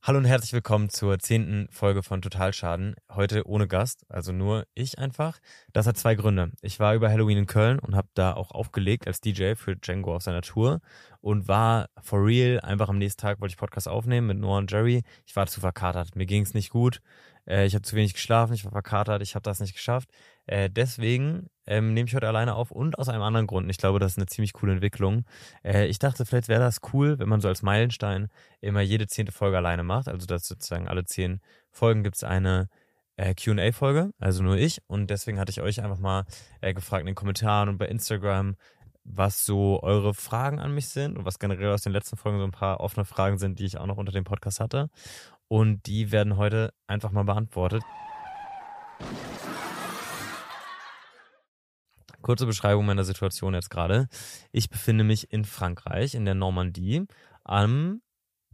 Hallo und herzlich willkommen zur 10. Folge von Totalschaden. Heute ohne Gast, also nur ich einfach. Das hat 2 Gründe. Ich war über Halloween in Köln und habe da auch aufgelegt als DJ für Django auf seiner Tour und war for real einfach am nächsten Tag, wollte ich Podcast aufnehmen mit Noah und Jerry. Ich war zu verkatert, mir ging es nicht gut. Ich habe zu wenig geschlafen, ich war verkatert, ich habe das nicht geschafft. Deswegen nehme ich heute alleine auf und aus einem anderen Grund. Ich glaube, das ist eine ziemlich coole Entwicklung. Ich dachte, vielleicht wäre das cool, wenn man so als Meilenstein immer jede 10. Folge alleine macht. Also dass sozusagen alle 10 Folgen gibt es eine Q&A-Folge, also nur ich. Und deswegen hatte ich euch einfach mal gefragt in den Kommentaren und bei Instagram, was so eure Fragen an mich sind und was generell aus den letzten Folgen so ein paar offene Fragen sind, die ich auch noch unter dem Podcast hatte. Und die werden heute einfach mal beantwortet. Kurze Beschreibung meiner Situation jetzt gerade. Ich befinde mich in Frankreich, in der Normandie, am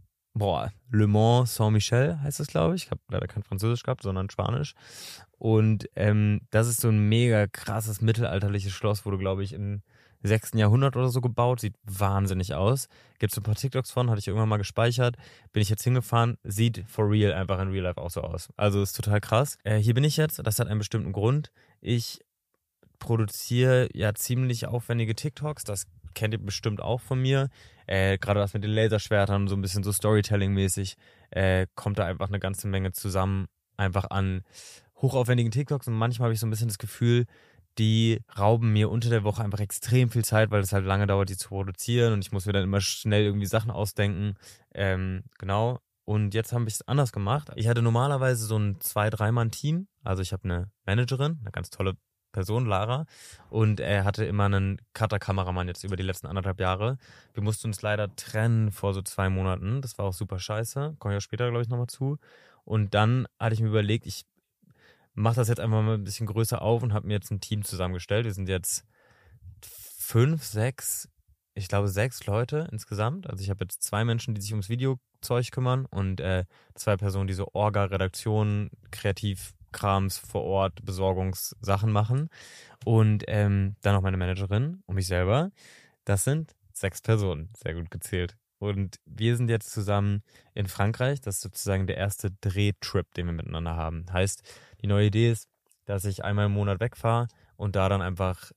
Le Mans Saint-Michel heißt das, glaube ich. Ich habe leider kein Französisch gehabt, sondern Spanisch. Und das ist so ein mega krasses mittelalterliches Schloss, wurde, glaube ich, im 6. Jahrhundert oder so gebaut. Sieht wahnsinnig aus. Gibt es ein paar TikToks von, hatte ich irgendwann mal gespeichert. Bin ich jetzt hingefahren. Sieht for real einfach in real life auch so aus. Also ist total krass. Hier bin ich jetzt. Das hat einen bestimmten Grund. Ich produziere ja ziemlich aufwendige TikToks. Das kennt ihr bestimmt auch von mir. Gerade das mit den Laserschwertern, so ein bisschen so Storytelling-mäßig, kommt da einfach eine ganze Menge zusammen, einfach an hochaufwendigen TikToks. Und manchmal habe ich so ein bisschen das Gefühl, die rauben mir unter der Woche einfach extrem viel Zeit, weil es halt lange dauert, die zu produzieren. Und ich muss mir dann immer schnell irgendwie Sachen ausdenken. Genau. Und jetzt habe ich es anders gemacht. Ich hatte normalerweise so ein 2-3-Mann-Team. Also ich habe eine Managerin, eine ganz tolle Person, Lara, und er hatte immer einen Cutter-Kameramann jetzt über die letzten 1,5 Jahre. Wir mussten uns leider trennen vor so 2 Monaten. Das war auch super scheiße. Komme ich auch später, glaube ich, nochmal zu. Und dann hatte ich mir überlegt, ich mache das jetzt einfach mal ein bisschen größer auf und habe mir jetzt ein Team zusammengestellt. Wir sind jetzt 5, 6, ich glaube 6 Leute insgesamt. Also ich habe jetzt 2 Menschen, die sich ums Videozeug kümmern und 2 Personen, die so Orga, Redaktion, Kreativkrams vor Ort, Besorgungssachen machen. Und dann noch meine Managerin und mich selber. Das sind 6 Personen, sehr gut gezählt. Und wir sind jetzt zusammen in Frankreich. Das ist sozusagen der erste Drehtrip, den wir miteinander haben. Heißt, die neue Idee ist, dass ich einmal im Monat wegfahre und da dann einfach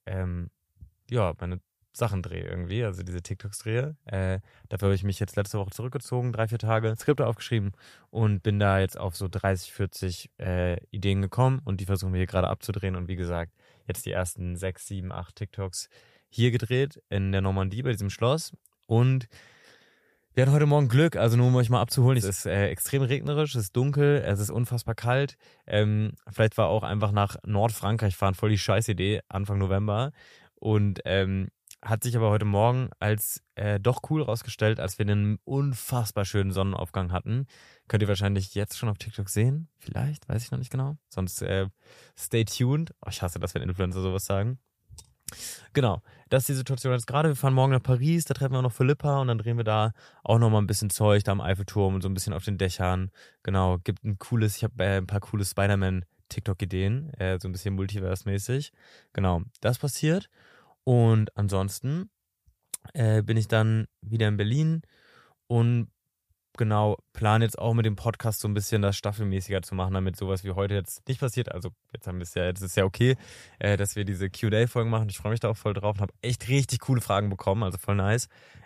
meine Sachen drehe irgendwie, also diese TikToks drehe. Dafür habe ich mich jetzt letzte Woche zurückgezogen, 3-4 Tage, Skripte aufgeschrieben und bin da jetzt auf so 30, 40 Ideen gekommen und die versuchen wir hier gerade abzudrehen und wie gesagt, jetzt die ersten 6, 7, 8 TikToks hier gedreht in der Normandie bei diesem Schloss und wir hatten heute Morgen Glück, also nur um euch mal abzuholen, es ist extrem regnerisch, es ist dunkel, es ist unfassbar kalt. Vielleicht war auch einfach nach Nordfrankreich fahren voll die Scheißidee Anfang November und hat sich aber heute Morgen als doch cool rausgestellt, als wir einen unfassbar schönen Sonnenaufgang hatten. Könnt ihr wahrscheinlich jetzt schon auf TikTok sehen, vielleicht, weiß ich noch nicht genau. Sonst stay tuned. Oh, ich hasse das, wenn Influencer sowas sagen. Genau, das ist die Situation jetzt gerade. Wir fahren morgen nach Paris, da treffen wir noch Philippa und dann drehen wir da auch nochmal ein bisschen Zeug, da am Eiffelturm und so ein bisschen auf den Dächern. Genau, gibt ich habe ein paar coole Spider-Man-TikTok-Ideen, so ein bisschen Multiverse-mäßig. Genau, das passiert. Und ansonsten bin ich dann wieder in Berlin und genau, plan jetzt auch mit dem Podcast so ein bisschen das staffelmäßiger zu machen, damit sowas wie heute jetzt nicht passiert. Also jetzt ist ja okay, dass wir diese Q&A-Folgen machen. Ich freue mich da auch voll drauf und habe echt richtig coole Fragen bekommen, also voll nice.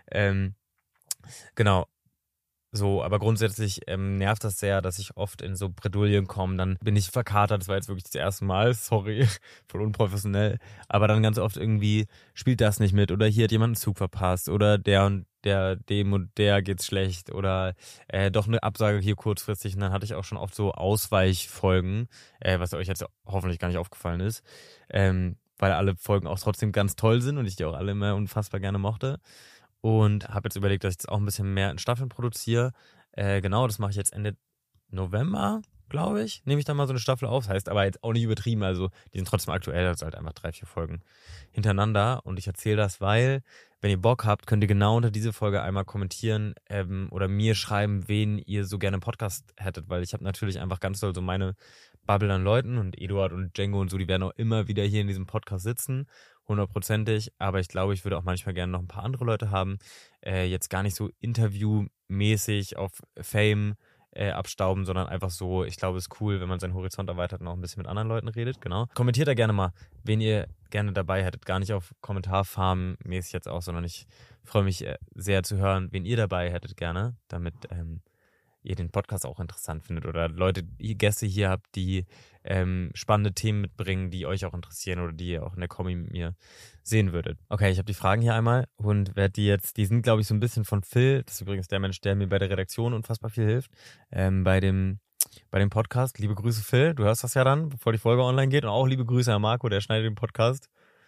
Genau. So, aber grundsätzlich nervt das sehr, dass ich oft in so Bredouillen komme. Dann bin ich verkatert, das war jetzt wirklich das erste Mal, sorry, voll unprofessionell. Aber dann ganz oft irgendwie spielt das nicht mit oder hier hat jemand einen Zug verpasst oder der und der, dem und der geht's schlecht oder doch eine Absage hier kurzfristig. Und dann hatte ich auch schon oft so Ausweichfolgen, was euch jetzt hoffentlich gar nicht aufgefallen ist, weil alle Folgen auch trotzdem ganz toll sind und ich die auch alle immer unfassbar gerne mochte. Und habe jetzt überlegt, dass ich jetzt auch ein bisschen mehr in Staffeln produziere. Genau, das mache ich jetzt Ende November, glaube ich. Nehme ich dann mal so eine Staffel auf. Das heißt aber jetzt auch nicht übertrieben. Also die sind trotzdem aktuell. Also halt einfach 3-4 Folgen hintereinander. Und ich erzähle das, weil, wenn ihr Bock habt, könnt ihr genau unter diese Folge einmal kommentieren oder mir schreiben, wen ihr so gerne im Podcast hättet. Weil ich habe natürlich einfach ganz doll so meine Bubble an Leuten und Eduard und Django und so, die werden auch immer wieder hier in diesem Podcast sitzen. 100%ig, aber ich glaube, ich würde auch manchmal gerne noch ein paar andere Leute haben. Jetzt gar nicht so interviewmäßig auf Fame abstauben, sondern einfach so, ich glaube, es ist cool, wenn man seinen Horizont erweitert und auch ein bisschen mit anderen Leuten redet, genau. Kommentiert da gerne mal, wen ihr gerne dabei hättet. Gar nicht auf Kommentarfarmen mäßig jetzt auch, sondern ich freue mich sehr zu hören, wen ihr dabei hättet gerne, damit ihr den Podcast auch interessant findet oder Leute, Gäste hier habt, die spannende Themen mitbringen, die euch auch interessieren oder die ihr auch in der Kombi mit mir sehen würdet. Okay, ich habe die Fragen hier einmal und werde die sind, glaube ich, so ein bisschen von Phil, das ist übrigens der Mensch, der mir bei der Redaktion unfassbar viel hilft, bei dem Podcast. Liebe Grüße, Phil, du hörst das ja dann, bevor die Folge online geht, und auch liebe Grüße an Marco, der schneidet den Podcast.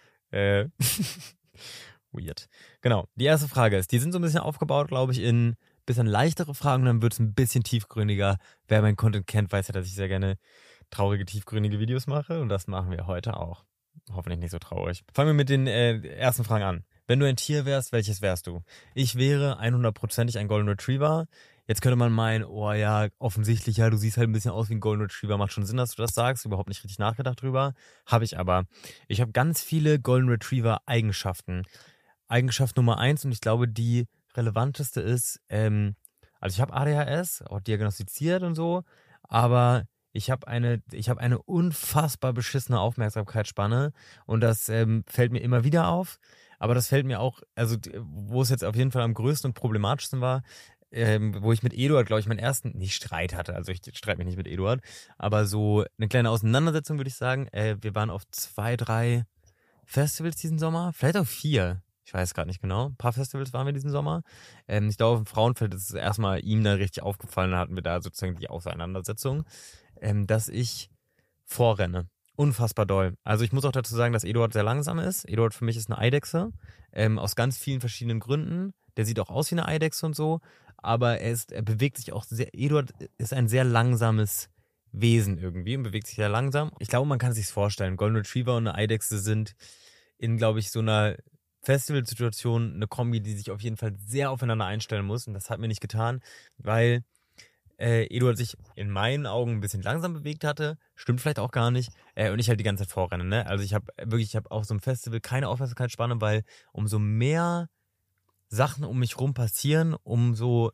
Weird. Genau, die erste Frage ist, die sind so ein bisschen aufgebaut, glaube ich, in bisschen leichtere Fragen, dann wird es ein bisschen tiefgründiger. Wer meinen Content kennt, weiß ja, dass ich sehr gerne traurige, tiefgründige Videos mache und das machen wir heute auch. Hoffentlich nicht so traurig. Fangen wir mit den ersten Fragen an. Wenn du ein Tier wärst, welches wärst du? Ich wäre 100%ig ein Golden Retriever. Jetzt könnte man meinen, oh ja, offensichtlich, ja, du siehst halt ein bisschen aus wie ein Golden Retriever. Macht schon Sinn, dass du das sagst. Überhaupt nicht richtig nachgedacht drüber. Habe ich aber. Ich habe ganz viele Golden Retriever Eigenschaften. Eigenschaft Nummer 1 und ich glaube, die relevanteste ist, also ich habe ADHS, auch diagnostiziert und so, aber ich habe eine unfassbar beschissene Aufmerksamkeitsspanne und das fällt mir immer wieder auf, aber das fällt mir auch, also wo es jetzt auf jeden Fall am größten und problematischsten war, wo ich mit Eduard, glaube ich, meinen ersten, nicht Streit hatte, also ich streite mich nicht mit Eduard, aber so eine kleine Auseinandersetzung, würde ich sagen. Wir waren auf 2, 3 Festivals diesen Sommer, vielleicht auch 4. Ich weiß gerade nicht genau. Ein paar Festivals waren wir diesen Sommer. Ich glaube, im Frauenfeld ist es erstmal ihm dann richtig aufgefallen. Da hatten wir da sozusagen die Auseinandersetzung, dass ich vorrenne. Unfassbar doll. Also ich muss auch dazu sagen, dass Eduard sehr langsam ist. Eduard für mich ist eine Eidechse. Aus ganz vielen verschiedenen Gründen. Der sieht auch aus wie eine Eidechse und so. Aber er bewegt sich auch sehr. Eduard ist ein sehr langsames Wesen irgendwie und bewegt sich sehr langsam. Ich glaube, man kann es sich vorstellen. Golden Retriever und eine Eidechse sind in, glaube ich, so einer Festivalsituation eine Kombi, die sich auf jeden Fall sehr aufeinander einstellen muss. Und das hat mir nicht getan, weil Eduard sich in meinen Augen ein bisschen langsam bewegt hatte. Stimmt vielleicht auch gar nicht. Und ich halt die ganze Zeit vorrenne. Ne? Also ich habe auf so einem Festival keine Aufmerksamkeitsspanne, weil umso mehr Sachen um mich rum passieren, umso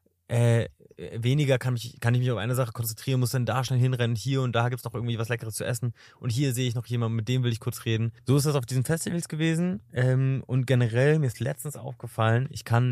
weniger kann ich mich auf eine Sache konzentrieren, muss dann da schnell hinrennen, hier und da gibt es noch irgendwie was Leckeres zu essen und hier sehe ich noch jemanden, mit dem will ich kurz reden. So ist das auf diesen Festivals gewesen und generell, mir ist letztens aufgefallen,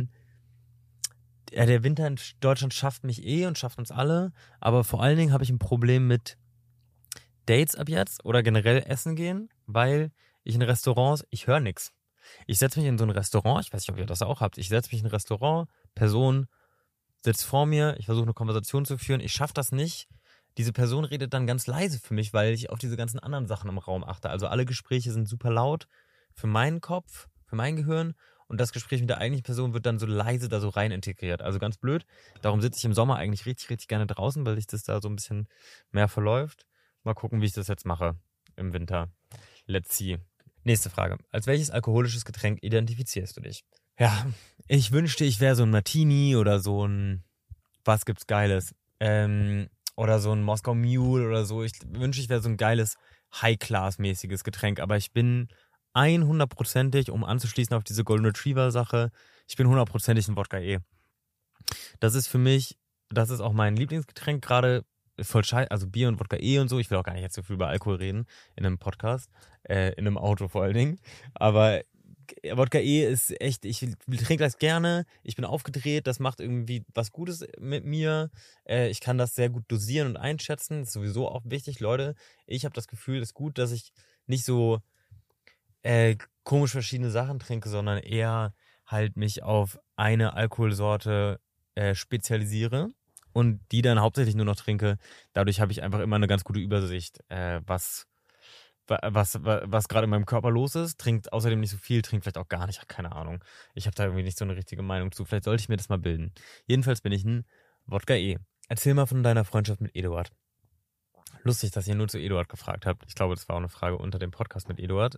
der Winter in Deutschland schafft mich und schafft uns alle, aber vor allen Dingen habe ich ein Problem mit Dates ab jetzt oder generell essen gehen, weil ich in Restaurants, ich höre nichts. Ich setze mich in so ein Restaurant, ich weiß nicht, ob ihr das auch habt, ich setze mich in ein Restaurant, Person sitzt vor mir, ich versuche eine Konversation zu führen, ich schaffe das nicht. Diese Person redet dann ganz leise für mich, weil ich auf diese ganzen anderen Sachen im Raum achte. Also alle Gespräche sind super laut für meinen Kopf, für mein Gehirn und das Gespräch mit der eigentlichen Person wird dann so leise da so rein integriert. Also ganz blöd. Darum sitze ich im Sommer eigentlich richtig, richtig gerne draußen, weil sich das da so ein bisschen mehr verläuft. Mal gucken, wie ich das jetzt mache im Winter. Let's see. Nächste Frage. Als welches alkoholisches Getränk identifizierst du dich? Ja, ich wünschte, ich wäre so ein Martini oder so ein, was gibt's Geiles? Oder so ein Moskau Mule oder so. Ich wünschte, ich wäre so ein geiles High-Class-mäßiges Getränk, aber ich bin 100%ig, um anzuschließen auf diese Golden Retriever-Sache, ich bin 100%ig ein Wodka E. Das ist für mich, das ist auch mein Lieblingsgetränk, gerade voll scheiße, also Bier und Wodka E und so. Ich will auch gar nicht jetzt so viel über Alkohol reden in einem Podcast, in einem Auto vor allen Dingen, aber Wodka E ist echt, ich trinke das gerne, ich bin aufgedreht, das macht irgendwie was Gutes mit mir, ich kann das sehr gut dosieren und einschätzen, das ist sowieso auch wichtig, Leute, ich habe das Gefühl, es ist gut, dass ich nicht so komisch verschiedene Sachen trinke, sondern eher halt mich auf eine Alkoholsorte spezialisiere und die dann hauptsächlich nur noch trinke, dadurch habe ich einfach immer eine ganz gute Übersicht, was gerade in meinem Körper los ist, trinkt außerdem nicht so viel, trinkt vielleicht auch gar nicht, keine Ahnung. Ich habe da irgendwie nicht so eine richtige Meinung zu. Vielleicht sollte ich mir das mal bilden. Jedenfalls bin ich ein Wodka E. Erzähl mal von deiner Freundschaft mit Eduard. Lustig, dass ihr nur zu Eduard gefragt habt. Ich glaube, das war auch eine Frage unter dem Podcast mit Eduard.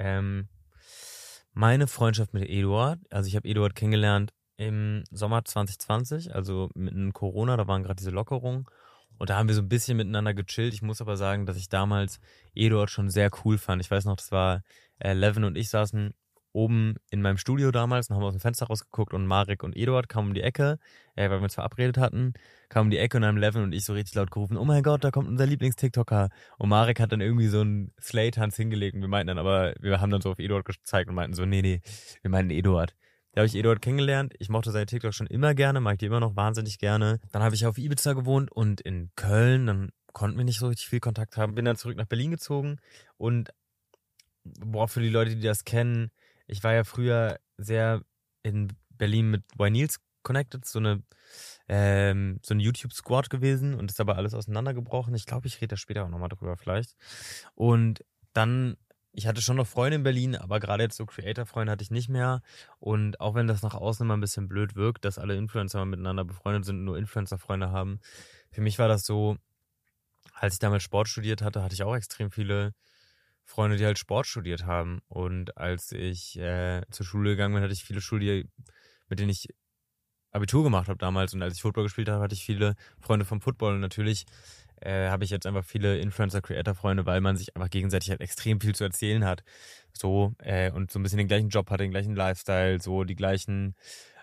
Meine Freundschaft mit Eduard, also ich habe Eduard kennengelernt im Sommer 2020, also mitten Corona, da waren gerade diese Lockerungen. Und da haben wir so ein bisschen miteinander gechillt. Ich muss aber sagen, dass ich damals Eduard schon sehr cool fand. Ich weiß noch, das war Levin und ich saßen oben in meinem Studio damals und haben aus dem Fenster rausgeguckt und Marek und Eduard kamen um die Ecke, weil wir uns verabredet hatten, kamen um die Ecke und haben Level und ich so richtig laut gerufen, oh mein Gott, da kommt unser Lieblings-TikToker. Und Marek hat dann irgendwie so einen Slay-Tanz hingelegt und wir meinten dann, aber wir haben dann so auf Eduard gezeigt und meinten so, nee, wir meinten Eduard. Da habe ich Eduard kennengelernt. Ich mochte seine TikTok schon immer gerne, mag die immer noch wahnsinnig gerne. Dann habe ich auf Ibiza gewohnt und in Köln, dann konnten wir nicht so richtig viel Kontakt haben. Bin dann zurück nach Berlin gezogen und für die Leute, die das kennen, ich war ja früher sehr in Berlin mit Y-Neils connected, so eine YouTube-Squad gewesen und ist aber alles auseinandergebrochen. Ich glaube, ich rede da später auch nochmal drüber vielleicht. Und dann, ich hatte schon noch Freunde in Berlin, aber gerade jetzt so Creator-Freunde hatte ich nicht mehr. Und auch wenn das nach außen immer ein bisschen blöd wirkt, dass alle Influencer miteinander befreundet sind und nur Influencer-Freunde haben, für mich war das so, als ich damals Sport studiert hatte, hatte ich auch extrem viele Freunde, die halt Sport studiert haben. Und als ich zur Schule gegangen bin, hatte ich viele Schule, mit denen ich Abitur gemacht habe damals. Und als ich Football gespielt habe, hatte ich viele Freunde vom Football. Und natürlich habe ich jetzt einfach viele Influencer-Creator-Freunde, weil man sich einfach gegenseitig halt extrem viel zu erzählen hat. So, und so ein bisschen den gleichen Job hat, den gleichen Lifestyle, so die gleichen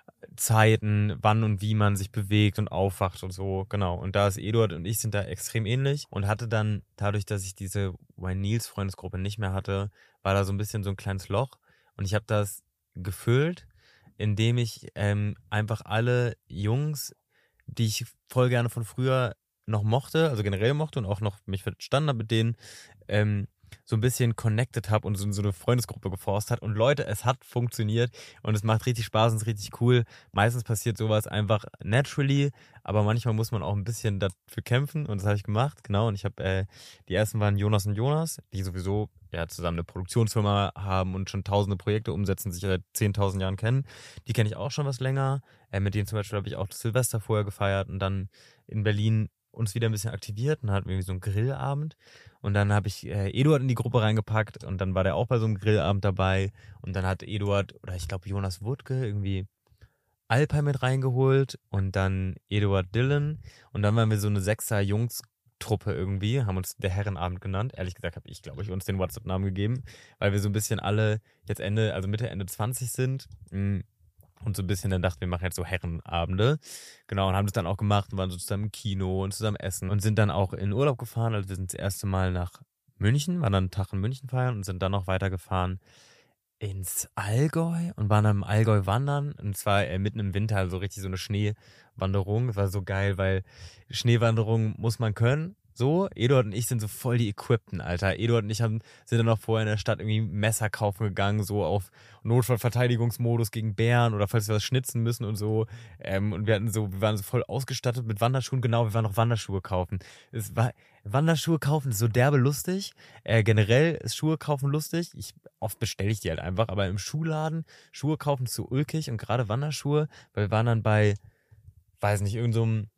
Zeiten, wann und wie man sich bewegt und aufwacht und so, genau. Und da ist Eduard und ich sind da extrem ähnlich und hatte dann, dadurch, dass ich diese Y-Neils-Freundesgruppe nicht mehr hatte, war da so ein bisschen so ein kleines Loch und ich habe das gefüllt, indem ich einfach alle Jungs, die ich voll gerne von früher noch mochte, also generell mochte und auch noch mich verstanden habe mit denen, so ein bisschen connected habe und so eine Freundesgruppe geforst hat. Und Leute, es hat funktioniert und es macht richtig Spaß und ist richtig cool. Meistens passiert sowas einfach naturally, aber manchmal muss man auch ein bisschen dafür kämpfen und das habe ich gemacht, genau. Und ich habe, die ersten waren Jonas und Jonas, die sowieso ja zusammen eine Produktionsfirma haben und schon tausende Projekte umsetzen, sich seit 10.000 Jahren kennen. Die kenne ich auch schon was länger. Mit denen zum Beispiel habe ich auch das Silvester vorher gefeiert und dann in Berlin uns wieder ein bisschen aktiviert und hatten irgendwie so einen Grillabend. Und dann habe ich Eduard in die Gruppe reingepackt und dann war der auch bei so einem Grillabend dabei. Und dann hat Eduard, oder ich glaube Jonas Wuttke, irgendwie Alper mit reingeholt und dann Eduard Dillon. Und dann waren wir so eine Sechser-Jungs-Truppe irgendwie, haben uns der Herrenabend genannt. Ehrlich gesagt habe ich, glaube ich, uns den WhatsApp-Namen gegeben, weil wir so ein bisschen alle jetzt Mitte, Ende 20 sind. Und so ein bisschen dann dachten, wir machen jetzt so Herrenabende. Genau, und haben das dann auch gemacht und waren so zusammen im Kino und zusammen essen und sind dann auch in Urlaub gefahren. Also wir sind das erste Mal nach München, waren dann einen Tag in München feiern und sind dann noch weitergefahren ins Allgäu und waren dann im Allgäu wandern. Und zwar mitten im Winter, also richtig so eine Schneewanderung. Das war so geil, weil Schneewanderung muss man können. So, Eduard und ich sind so voll die Equipten, Alter. Eduard und ich sind dann noch vorher in der Stadt irgendwie Messer kaufen gegangen, so auf Notfallverteidigungsmodus gegen Bären oder falls wir was schnitzen müssen und so. Und wir waren so voll ausgestattet mit Wanderschuhen. Genau, wir waren noch Wanderschuhe kaufen. Wanderschuhe kaufen ist so derbe lustig. Generell ist Schuhe kaufen lustig. Oft bestelle ich die halt einfach, aber im Schuhladen Schuhe kaufen ist so ulkig und gerade Wanderschuhe, weil wir waren dann bei, weiß nicht, irgendeinem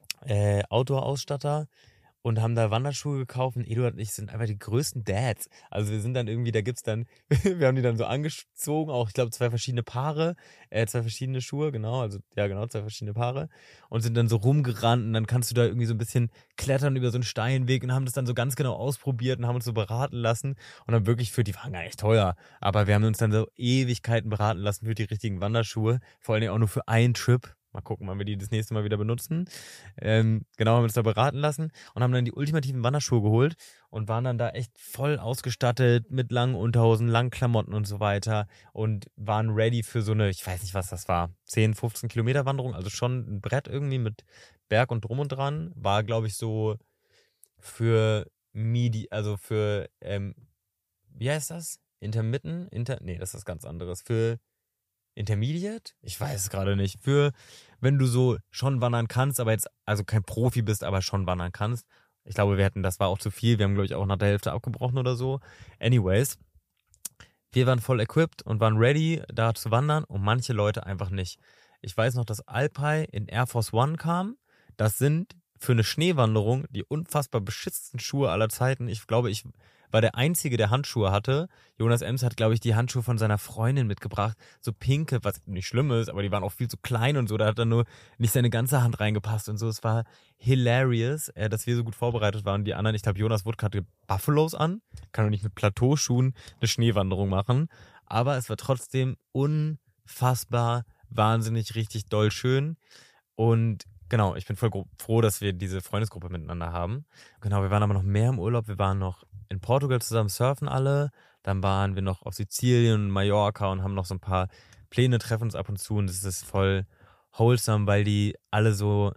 Outdoor-Ausstatter und haben da Wanderschuhe gekauft und Eduard und ich sind einfach die größten Dads. Also wir sind dann irgendwie, da gibt's dann, wir haben die dann so angezogen, auch ich glaube 2 verschiedene Paare, 2 verschiedene Schuhe, genau, also ja genau, 2 verschiedene Paare und sind dann so rumgerannt und dann kannst du da irgendwie so ein bisschen klettern über so einen Steinweg und haben das dann so ganz genau ausprobiert und haben uns so beraten lassen und dann wirklich die waren gar nicht teuer, aber wir haben uns dann so Ewigkeiten beraten lassen für die richtigen Wanderschuhe, vor allen Dingen auch nur für einen Trip. Mal gucken, wann wir die das nächste Mal wieder benutzen. Genau, haben wir uns da beraten lassen und haben dann die ultimativen Wanderschuhe geholt und waren dann da echt voll ausgestattet mit langen Unterhosen, langen Klamotten und so weiter und waren ready für so eine, ich weiß nicht, was das war, 10, 15 Kilometer Wanderung, also schon ein Brett irgendwie mit Berg und drum und dran. War, glaube ich, so für also für, wie heißt das? Nee, das ist was ganz anderes. Für Intermediate? Ich weiß es gerade nicht. Für, wenn du so schon wandern kannst, aber jetzt, also kein Profi bist, aber schon wandern kannst. Ich glaube, das war auch zu viel. Wir haben, glaube ich, auch nach der Hälfte abgebrochen oder so. Anyways, wir waren voll equipped und waren ready, da zu wandern und manche Leute einfach nicht. Ich weiß noch, dass Alpay in Air Force One kam. Das sind für eine Schneewanderung die unfassbar beschissensten Schuhe aller Zeiten. Ich glaube, ich war der Einzige, der Handschuhe hatte. Jonas Ems hat, glaube ich, die Handschuhe von seiner Freundin mitgebracht. So pinke, was nicht schlimm ist, aber die waren auch viel zu klein und so. Da hat dann nur nicht seine ganze Hand reingepasst und so. Es war hilarious, dass wir so gut vorbereitet waren. Die anderen, ich glaube, Jonas Woodke hatte Buffalos an. Kann doch nicht mit Plateauschuhen eine Schneewanderung machen. aber es war trotzdem unfassbar, wahnsinnig, richtig doll schön. Und genau, ich bin voll froh, dass wir diese Freundesgruppe miteinander haben. Genau, wir waren aber noch mehr im Urlaub. Wir waren noch in Portugal zusammen surfen alle. Dann waren wir noch auf Sizilien und Mallorca und haben noch so ein paar Pläne, treffen uns ab und zu. Und es ist voll wholesome, weil die alle so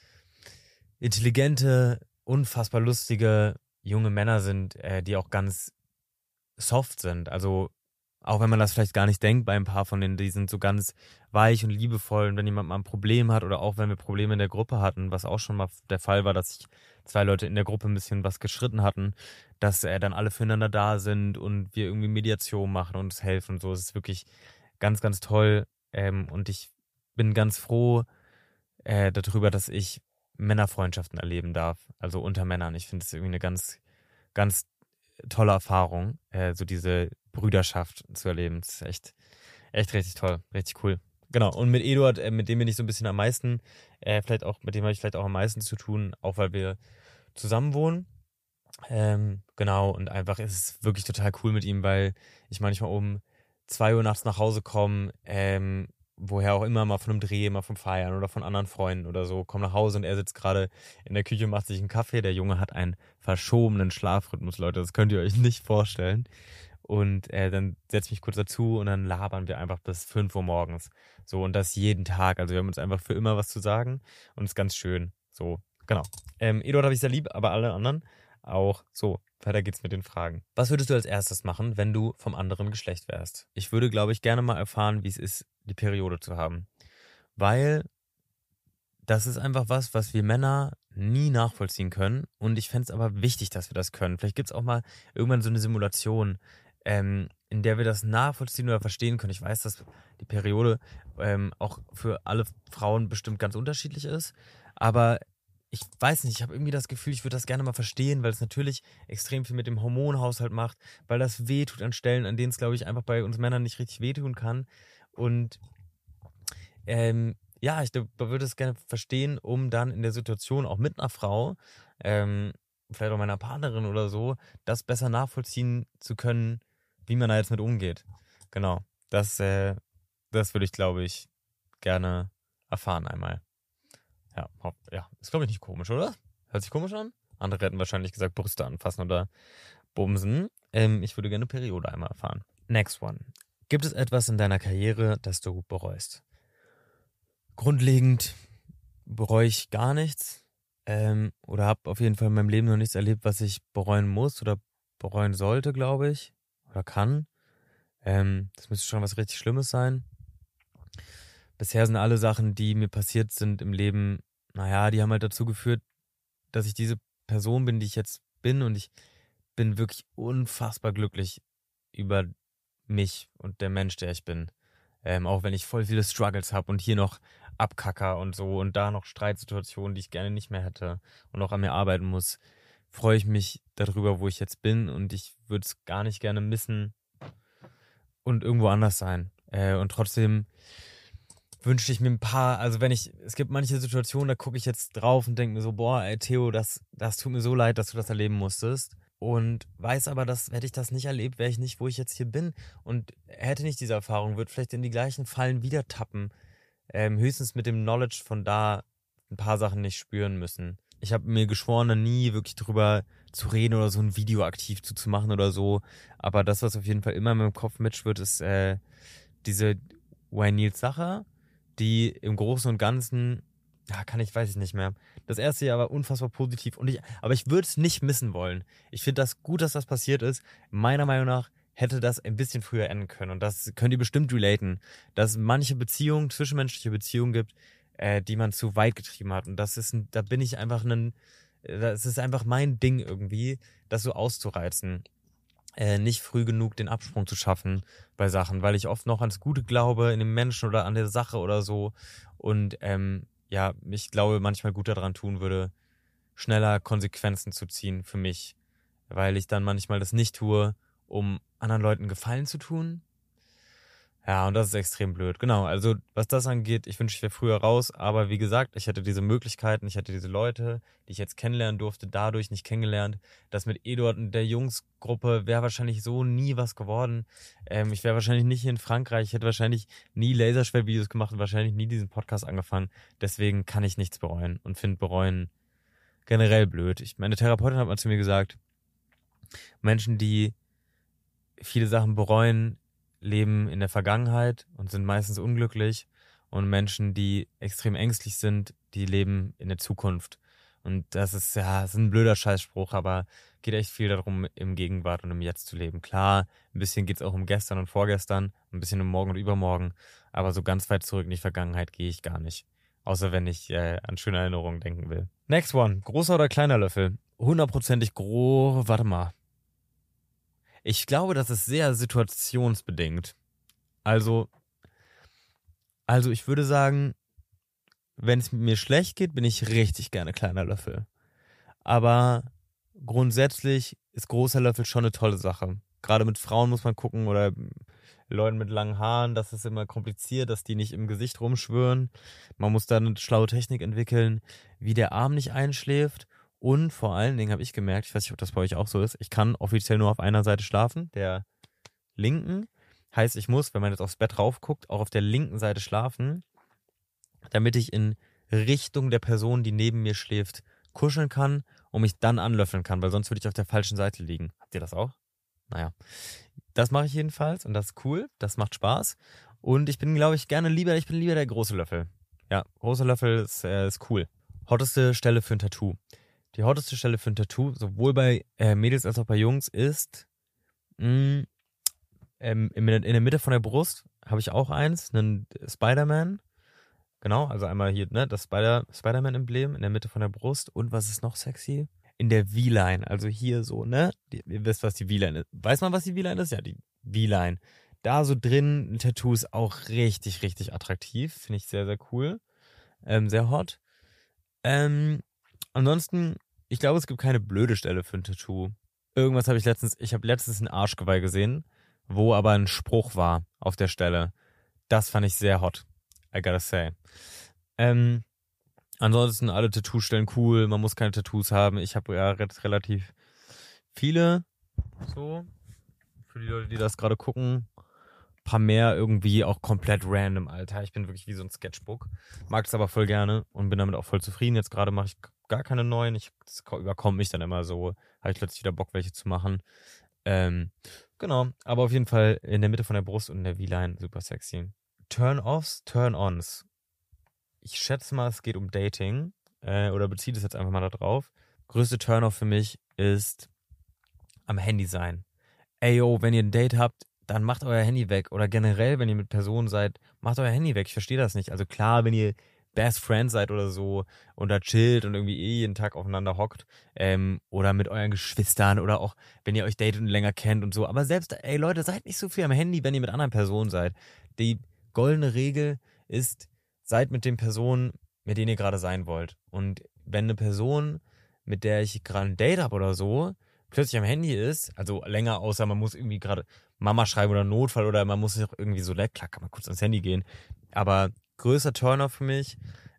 intelligente, unfassbar lustige junge Männer sind, die auch ganz soft sind. Also auch wenn man das vielleicht gar nicht denkt bei ein paar von denen, die sind so ganz weich und liebevoll. Und wenn jemand mal ein Problem hat oder auch wenn wir Probleme in der Gruppe hatten, was auch schon mal der Fall war, dass sich 2 Leute in der Gruppe ein bisschen was gestritten hatten, dass dann alle füreinander da sind und wir irgendwie Mediation machen und uns helfen und so. Es ist wirklich ganz, ganz toll. Und ich bin ganz froh darüber, dass ich Männerfreundschaften erleben darf, also unter Männern. Ich finde es irgendwie eine ganz, ganz tolle Erfahrung, so diese Brüderschaft zu erleben. Das ist echt, echt richtig toll, richtig cool. Genau, und mit Eduard, mit dem bin ich so ein bisschen am meisten, vielleicht auch, mit dem habe ich vielleicht auch am meisten zu tun, auch weil wir zusammen wohnen. Genau, und einfach ist es wirklich total cool mit ihm, weil ich manchmal um 2 Uhr nachts nach Hause komme, woher auch immer, mal von einem Dreh, mal vom Feiern oder von anderen Freunden oder so, komme nach Hause und er sitzt gerade in der Küche und macht sich einen Kaffee. Der Junge hat einen verschobenen Schlafrhythmus, Leute, das könnt ihr euch nicht vorstellen. Und dann setze ich mich kurz dazu und dann labern wir einfach bis 5 Uhr morgens. So, und das jeden Tag. Also wir haben uns einfach für immer was zu sagen und es ist ganz schön. So, genau. Eduard habe ich sehr lieb, aber alle anderen auch. So, weiter geht's mit den Fragen. Was würdest du als erstes machen, wenn du vom anderen Geschlecht wärst? Ich würde, glaube ich, gerne mal erfahren, wie es ist, die Periode zu haben. Weil das ist einfach was wir Männer nie nachvollziehen können. Und ich fände es aber wichtig, dass wir das können. Vielleicht gibt es auch mal irgendwann so eine Simulation, in der wir das nachvollziehen oder verstehen können. Ich weiß, dass die Periode auch für alle Frauen bestimmt ganz unterschiedlich ist. Aber ich weiß nicht, ich habe irgendwie das Gefühl, ich würde das gerne mal verstehen, weil es natürlich extrem viel mit dem Hormonhaushalt macht, weil das wehtut an Stellen, an denen es, glaube ich, einfach bei uns Männern nicht richtig wehtun kann. Und ja, ich würde es gerne verstehen, um dann in der Situation auch mit einer Frau, vielleicht auch meiner Partnerin oder so, das besser nachvollziehen zu können, wie man da jetzt mit umgeht. Genau. Das würde ich, glaube ich, gerne erfahren einmal. Ja, ja. Ist, glaube ich, nicht komisch, oder? Hört sich komisch an? Andere hätten wahrscheinlich gesagt, Brüste anfassen oder bumsen. Ich würde gerne Periode einmal erfahren. Next one. Gibt es etwas in deiner Karriere, das du bereust? Grundlegend bereue ich gar nichts. Oder habe auf jeden Fall in meinem Leben noch nichts erlebt, was ich bereuen muss oder bereuen sollte, glaube ich. Oder kann. Das müsste schon was richtig Schlimmes sein. Bisher sind alle Sachen, die mir passiert sind im Leben, naja, die haben halt dazu geführt, dass ich diese Person bin, die ich jetzt bin. Und ich bin wirklich unfassbar glücklich über mich und der Mensch, der ich bin. Auch wenn ich voll viele Struggles habe und hier noch Abkacker und so und da noch Streitsituationen, die ich gerne nicht mehr hätte und auch an mir arbeiten muss, freue ich mich darüber, wo ich jetzt bin und ich würde es gar nicht gerne missen und irgendwo anders sein. Und trotzdem wünschte ich mir ein paar, also es gibt manche Situationen, da gucke ich jetzt drauf und denke mir so, boah, ey Theo, das tut mir so leid, dass du das erleben musstest. Und weiß aber, dass hätte ich das nicht erlebt, wäre ich nicht, wo ich jetzt hier bin. Und hätte nicht diese Erfahrung, würde vielleicht in die gleichen Fallen wieder tappen. Höchstens mit dem Knowledge von da ein paar Sachen nicht spüren müssen. Ich habe mir geschworen, da nie wirklich drüber zu reden oder so ein Video aktiv zu machen oder so. Aber das, was auf jeden Fall immer in meinem Kopf mitschwirrt, ist diese Wayne Niels Sache, die im Großen und Ganzen, ja, weiß ich nicht mehr. Das erste Jahr war unfassbar positiv aber ich würde es nicht missen wollen. Ich finde das gut, dass das passiert ist. Meiner Meinung nach hätte das ein bisschen früher enden können. Und das könnt ihr bestimmt relaten, dass es manche Beziehungen, zwischenmenschliche Beziehungen gibt, die man zu weit getrieben hat. Und da bin ich einfach das ist einfach mein Ding irgendwie, das so auszureizen. Nicht früh genug den Absprung zu schaffen bei Sachen, weil ich oft noch ans Gute glaube in dem Menschen oder an der Sache oder so. Und ja, ich glaube, manchmal gut daran tun würde, schneller Konsequenzen zu ziehen für mich, weil ich dann manchmal das nicht tue, um anderen Leuten Gefallen zu tun, Ja, und das ist extrem blöd. Genau, also was das angeht, ich wünsche, ich wäre früher raus, aber wie gesagt, ich hätte diese Möglichkeiten, ich hätte diese Leute, die ich jetzt kennenlernen durfte, dadurch nicht kennengelernt. Das mit Eduard und der Jungsgruppe wäre wahrscheinlich so nie was geworden. Ich wäre wahrscheinlich nicht hier in Frankreich, ich hätte wahrscheinlich nie Laserschwert-Videos gemacht und wahrscheinlich nie diesen Podcast angefangen. Deswegen kann ich nichts bereuen und finde bereuen generell blöd. Meine Therapeutin hat mal zu mir gesagt, Menschen, die viele Sachen bereuen, leben in der Vergangenheit und sind meistens unglücklich. Und Menschen, die extrem ängstlich sind, die leben in der Zukunft. Und das ist ein blöder Scheißspruch, aber geht echt viel darum, im Gegenwart und im Jetzt zu leben. Klar, ein bisschen geht's auch um gestern und vorgestern, ein bisschen um morgen und übermorgen, aber so ganz weit zurück in die Vergangenheit gehe ich gar nicht. Außer wenn ich an schöne Erinnerungen denken will. Next one. Großer oder kleiner Löffel? Hundertprozentig groß. Warte mal. Ich glaube, das ist sehr situationsbedingt. Also, also ich würde sagen, wenn es mir schlecht geht, bin ich richtig gerne kleiner Löffel. Aber grundsätzlich ist großer Löffel schon eine tolle Sache. Gerade mit Frauen muss man gucken oder Leuten mit langen Haaren, das ist immer kompliziert, dass die nicht im Gesicht rumschwören. Man muss da eine schlaue Technik entwickeln, wie der Arm nicht einschläft. Und vor allen Dingen habe ich gemerkt, ich weiß nicht, ob das bei euch auch so ist, ich kann offiziell nur auf einer Seite schlafen, der linken. Heißt, ich muss, wenn man jetzt aufs Bett raufguckt, auch auf der linken Seite schlafen, damit ich in Richtung der Person, die neben mir schläft, kuscheln kann und mich dann anlöffeln kann, weil sonst würde ich auf der falschen Seite liegen. Habt ihr das auch? Naja. Das mache ich jedenfalls und das ist cool, das macht Spaß. Und ich bin, glaube ich, ich bin lieber der große Löffel. Ja, großer Löffel ist cool. Hotteste Stelle für ein Tattoo. Die hotteste Stelle für ein Tattoo, sowohl bei Mädels als auch bei Jungs, ist mh, in der Mitte von der Brust habe ich auch eins, einen Spider-Man. Genau, also einmal hier, ne, das Spider-Man-Emblem in der Mitte von der Brust. Und was ist noch sexy? In der V-Line, also hier so, ne? Ihr wisst, was die V-Line ist. Weiß man, was die V-Line ist? Ja, die V-Line. Da so drin, ein Tattoo ist auch richtig, richtig attraktiv. Finde ich sehr, sehr cool. Sehr hot. Ähm, ansonsten, ich glaube, es gibt keine blöde Stelle für ein Tattoo. Ich habe letztens ein Arschgeweih gesehen, wo aber ein Spruch war auf der Stelle. Das fand ich sehr hot. I gotta say. Ähm, ansonsten alle Tattoo-Stellen cool, man muss keine Tattoos haben. Ich habe ja relativ viele, so, für die Leute, die das gerade gucken. Ein paar mehr irgendwie auch komplett random, Alter. Ich bin wirklich wie so ein Sketchbook. Mag es aber voll gerne und bin damit auch voll zufrieden. Jetzt gerade mache ich gar keine neuen. Das überkommt mich dann immer so. Habe ich plötzlich wieder Bock, welche zu machen. Genau, aber auf jeden Fall in der Mitte von der Brust und in der V-Line super sexy. Turn-offs, Turn-ons. Ich schätze mal, es geht um Dating. Oder bezieht es jetzt einfach mal da drauf. Größte Turn-off für mich ist am Handy sein. Ey, yo, wenn ihr ein Date habt, dann macht euer Handy weg. Oder generell, wenn ihr mit Personen seid, macht euer Handy weg. Ich verstehe das nicht. Also klar, wenn ihr Best Friends seid oder so und da chillt und irgendwie jeden Tag aufeinander hockt, oder mit euren Geschwistern oder auch, wenn ihr euch datet und länger kennt und so. Aber selbst, ey Leute, seid nicht so viel am Handy, wenn ihr mit anderen Personen seid. Die goldene Regel ist, seid mit den Personen, mit denen ihr gerade sein wollt. Und wenn eine Person, mit der ich gerade ein Date habe oder so, plötzlich am Handy ist, also länger, außer man muss irgendwie gerade Mama schreiben oder Notfall oder man muss sich auch irgendwie so, klar kann man kurz ans Handy gehen, aber größter Turner für mich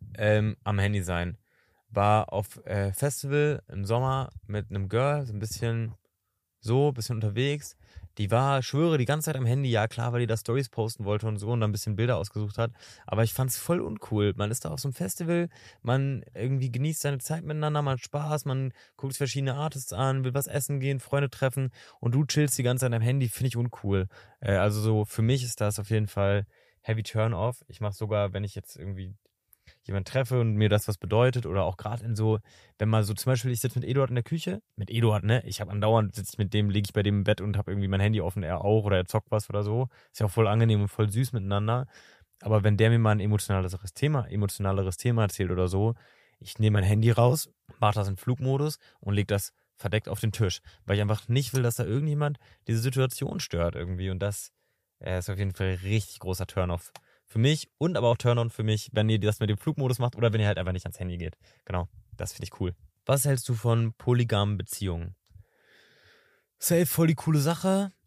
am Handy sein. War auf Festival im Sommer mit einem Girl, so ein bisschen unterwegs. Die war, schwöre, die ganze Zeit am Handy. Ja, klar, weil die da Stories posten wollte und so und dann ein bisschen Bilder ausgesucht hat. Aber ich fand's voll uncool. Man ist da auf so einem Festival, man irgendwie genießt seine Zeit miteinander, man hat Spaß, man guckt sich verschiedene Artists an, will was essen gehen, Freunde treffen und du chillst die ganze Zeit am Handy, finde ich uncool. Also so, für mich ist das auf jeden Fall Heavy Turn-off. Ich mache sogar, wenn ich jetzt irgendwie jemanden treffe und mir das was bedeutet oder auch gerade in so, wenn mal so zum Beispiel, ich sitze mit Eduard in der Küche, mit Eduard, ne, ich habe andauernd, sitze ich mit dem, liege ich bei dem im Bett und habe irgendwie mein Handy offen, er auch oder er zockt was oder so, ist ja auch voll angenehm und voll süß miteinander, aber wenn der mir mal ein emotionaleres Thema erzählt oder so, ich nehme mein Handy raus, mache das in Flugmodus und lege das verdeckt auf den Tisch, weil ich einfach nicht will, dass da irgendjemand diese Situation stört irgendwie und das ist auf jeden Fall ein richtig großer Turn-off für mich und aber auch Turn-on für mich, wenn ihr das mit dem Flugmodus macht oder wenn ihr halt einfach nicht ans Handy geht. Genau, das finde ich cool. Was hältst du von polygamen Beziehungen? Safe, voll die coole Sache.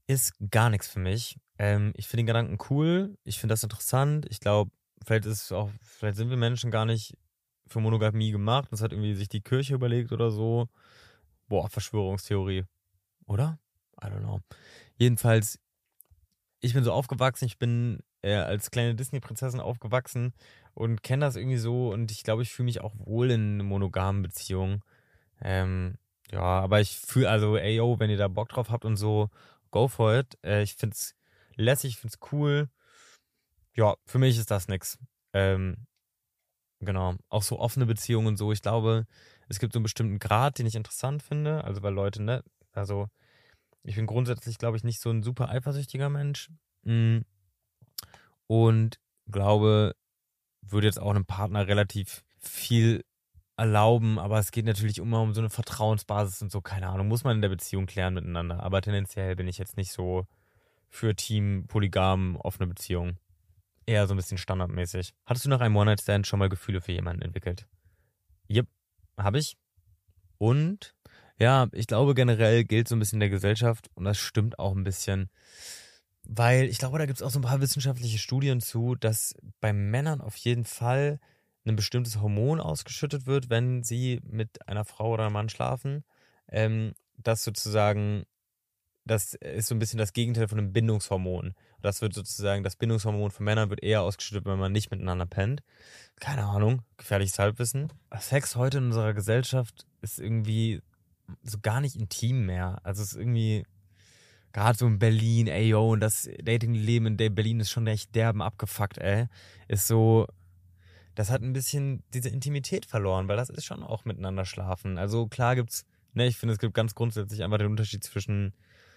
Ist gar nichts für mich. Ich finde den Gedanken cool, ich finde das interessant. Ich glaube, vielleicht sind wir Menschen gar nicht für Monogamie gemacht. Das hat irgendwie sich die Kirche überlegt oder so. Boah, Verschwörungstheorie, oder? I don't know. Jedenfalls, ich bin so aufgewachsen, ich bin als kleine Disney-Prinzessin aufgewachsen und kenne das irgendwie so und ich glaube, ich fühle mich auch wohl in monogamen Beziehungen. Ähm, ja, aber ich fühle, also, ey, yo, wenn ihr da Bock drauf habt und so, go for it. Ich find's lässig, ich find's cool. Ja, für mich ist das nix. Ähm, genau. Auch so offene Beziehungen und so. Ich glaube, es gibt so einen bestimmten Grad, den ich interessant finde. Also, weil Leute, ne, also, ich bin grundsätzlich, glaube ich, nicht so ein super eifersüchtiger Mensch. Mm, Und glaube, würde jetzt auch einem Partner relativ viel erlauben, aber es geht natürlich immer um so eine Vertrauensbasis und so, keine Ahnung, muss man in der Beziehung klären miteinander. Aber tendenziell bin ich jetzt nicht so für Team, Polygam, offene Beziehung. Eher so ein bisschen standardmäßig. Hattest du nach einem One-Night-Stand schon mal Gefühle für jemanden entwickelt? Yep, habe ich. Und ja, ich glaube generell gilt so ein bisschen der Gesellschaft und das stimmt auch ein bisschen, weil ich glaube, da gibt es auch so ein paar wissenschaftliche Studien zu, dass bei Männern auf jeden Fall ein bestimmtes Hormon ausgeschüttet wird, wenn sie mit einer Frau oder einem Mann schlafen. Das sozusagen, das ist so ein bisschen das Gegenteil von einem Bindungshormon. Das wird sozusagen, das Bindungshormon von Männern wird eher ausgeschüttet, wenn man nicht miteinander pennt. Keine Ahnung, gefährliches Halbwissen. Sex heute in unserer Gesellschaft ist irgendwie so gar nicht intim mehr. Also es ist irgendwie, gerade so in Berlin, ey yo, und das Datingleben in Berlin ist schon echt derben abgefuckt, ey. Ist so, das hat ein bisschen diese Intimität verloren, weil das ist schon auch miteinander schlafen. Also klar gibt's, ne, ich finde, es gibt ganz grundsätzlich einfach den Unterschied zwischen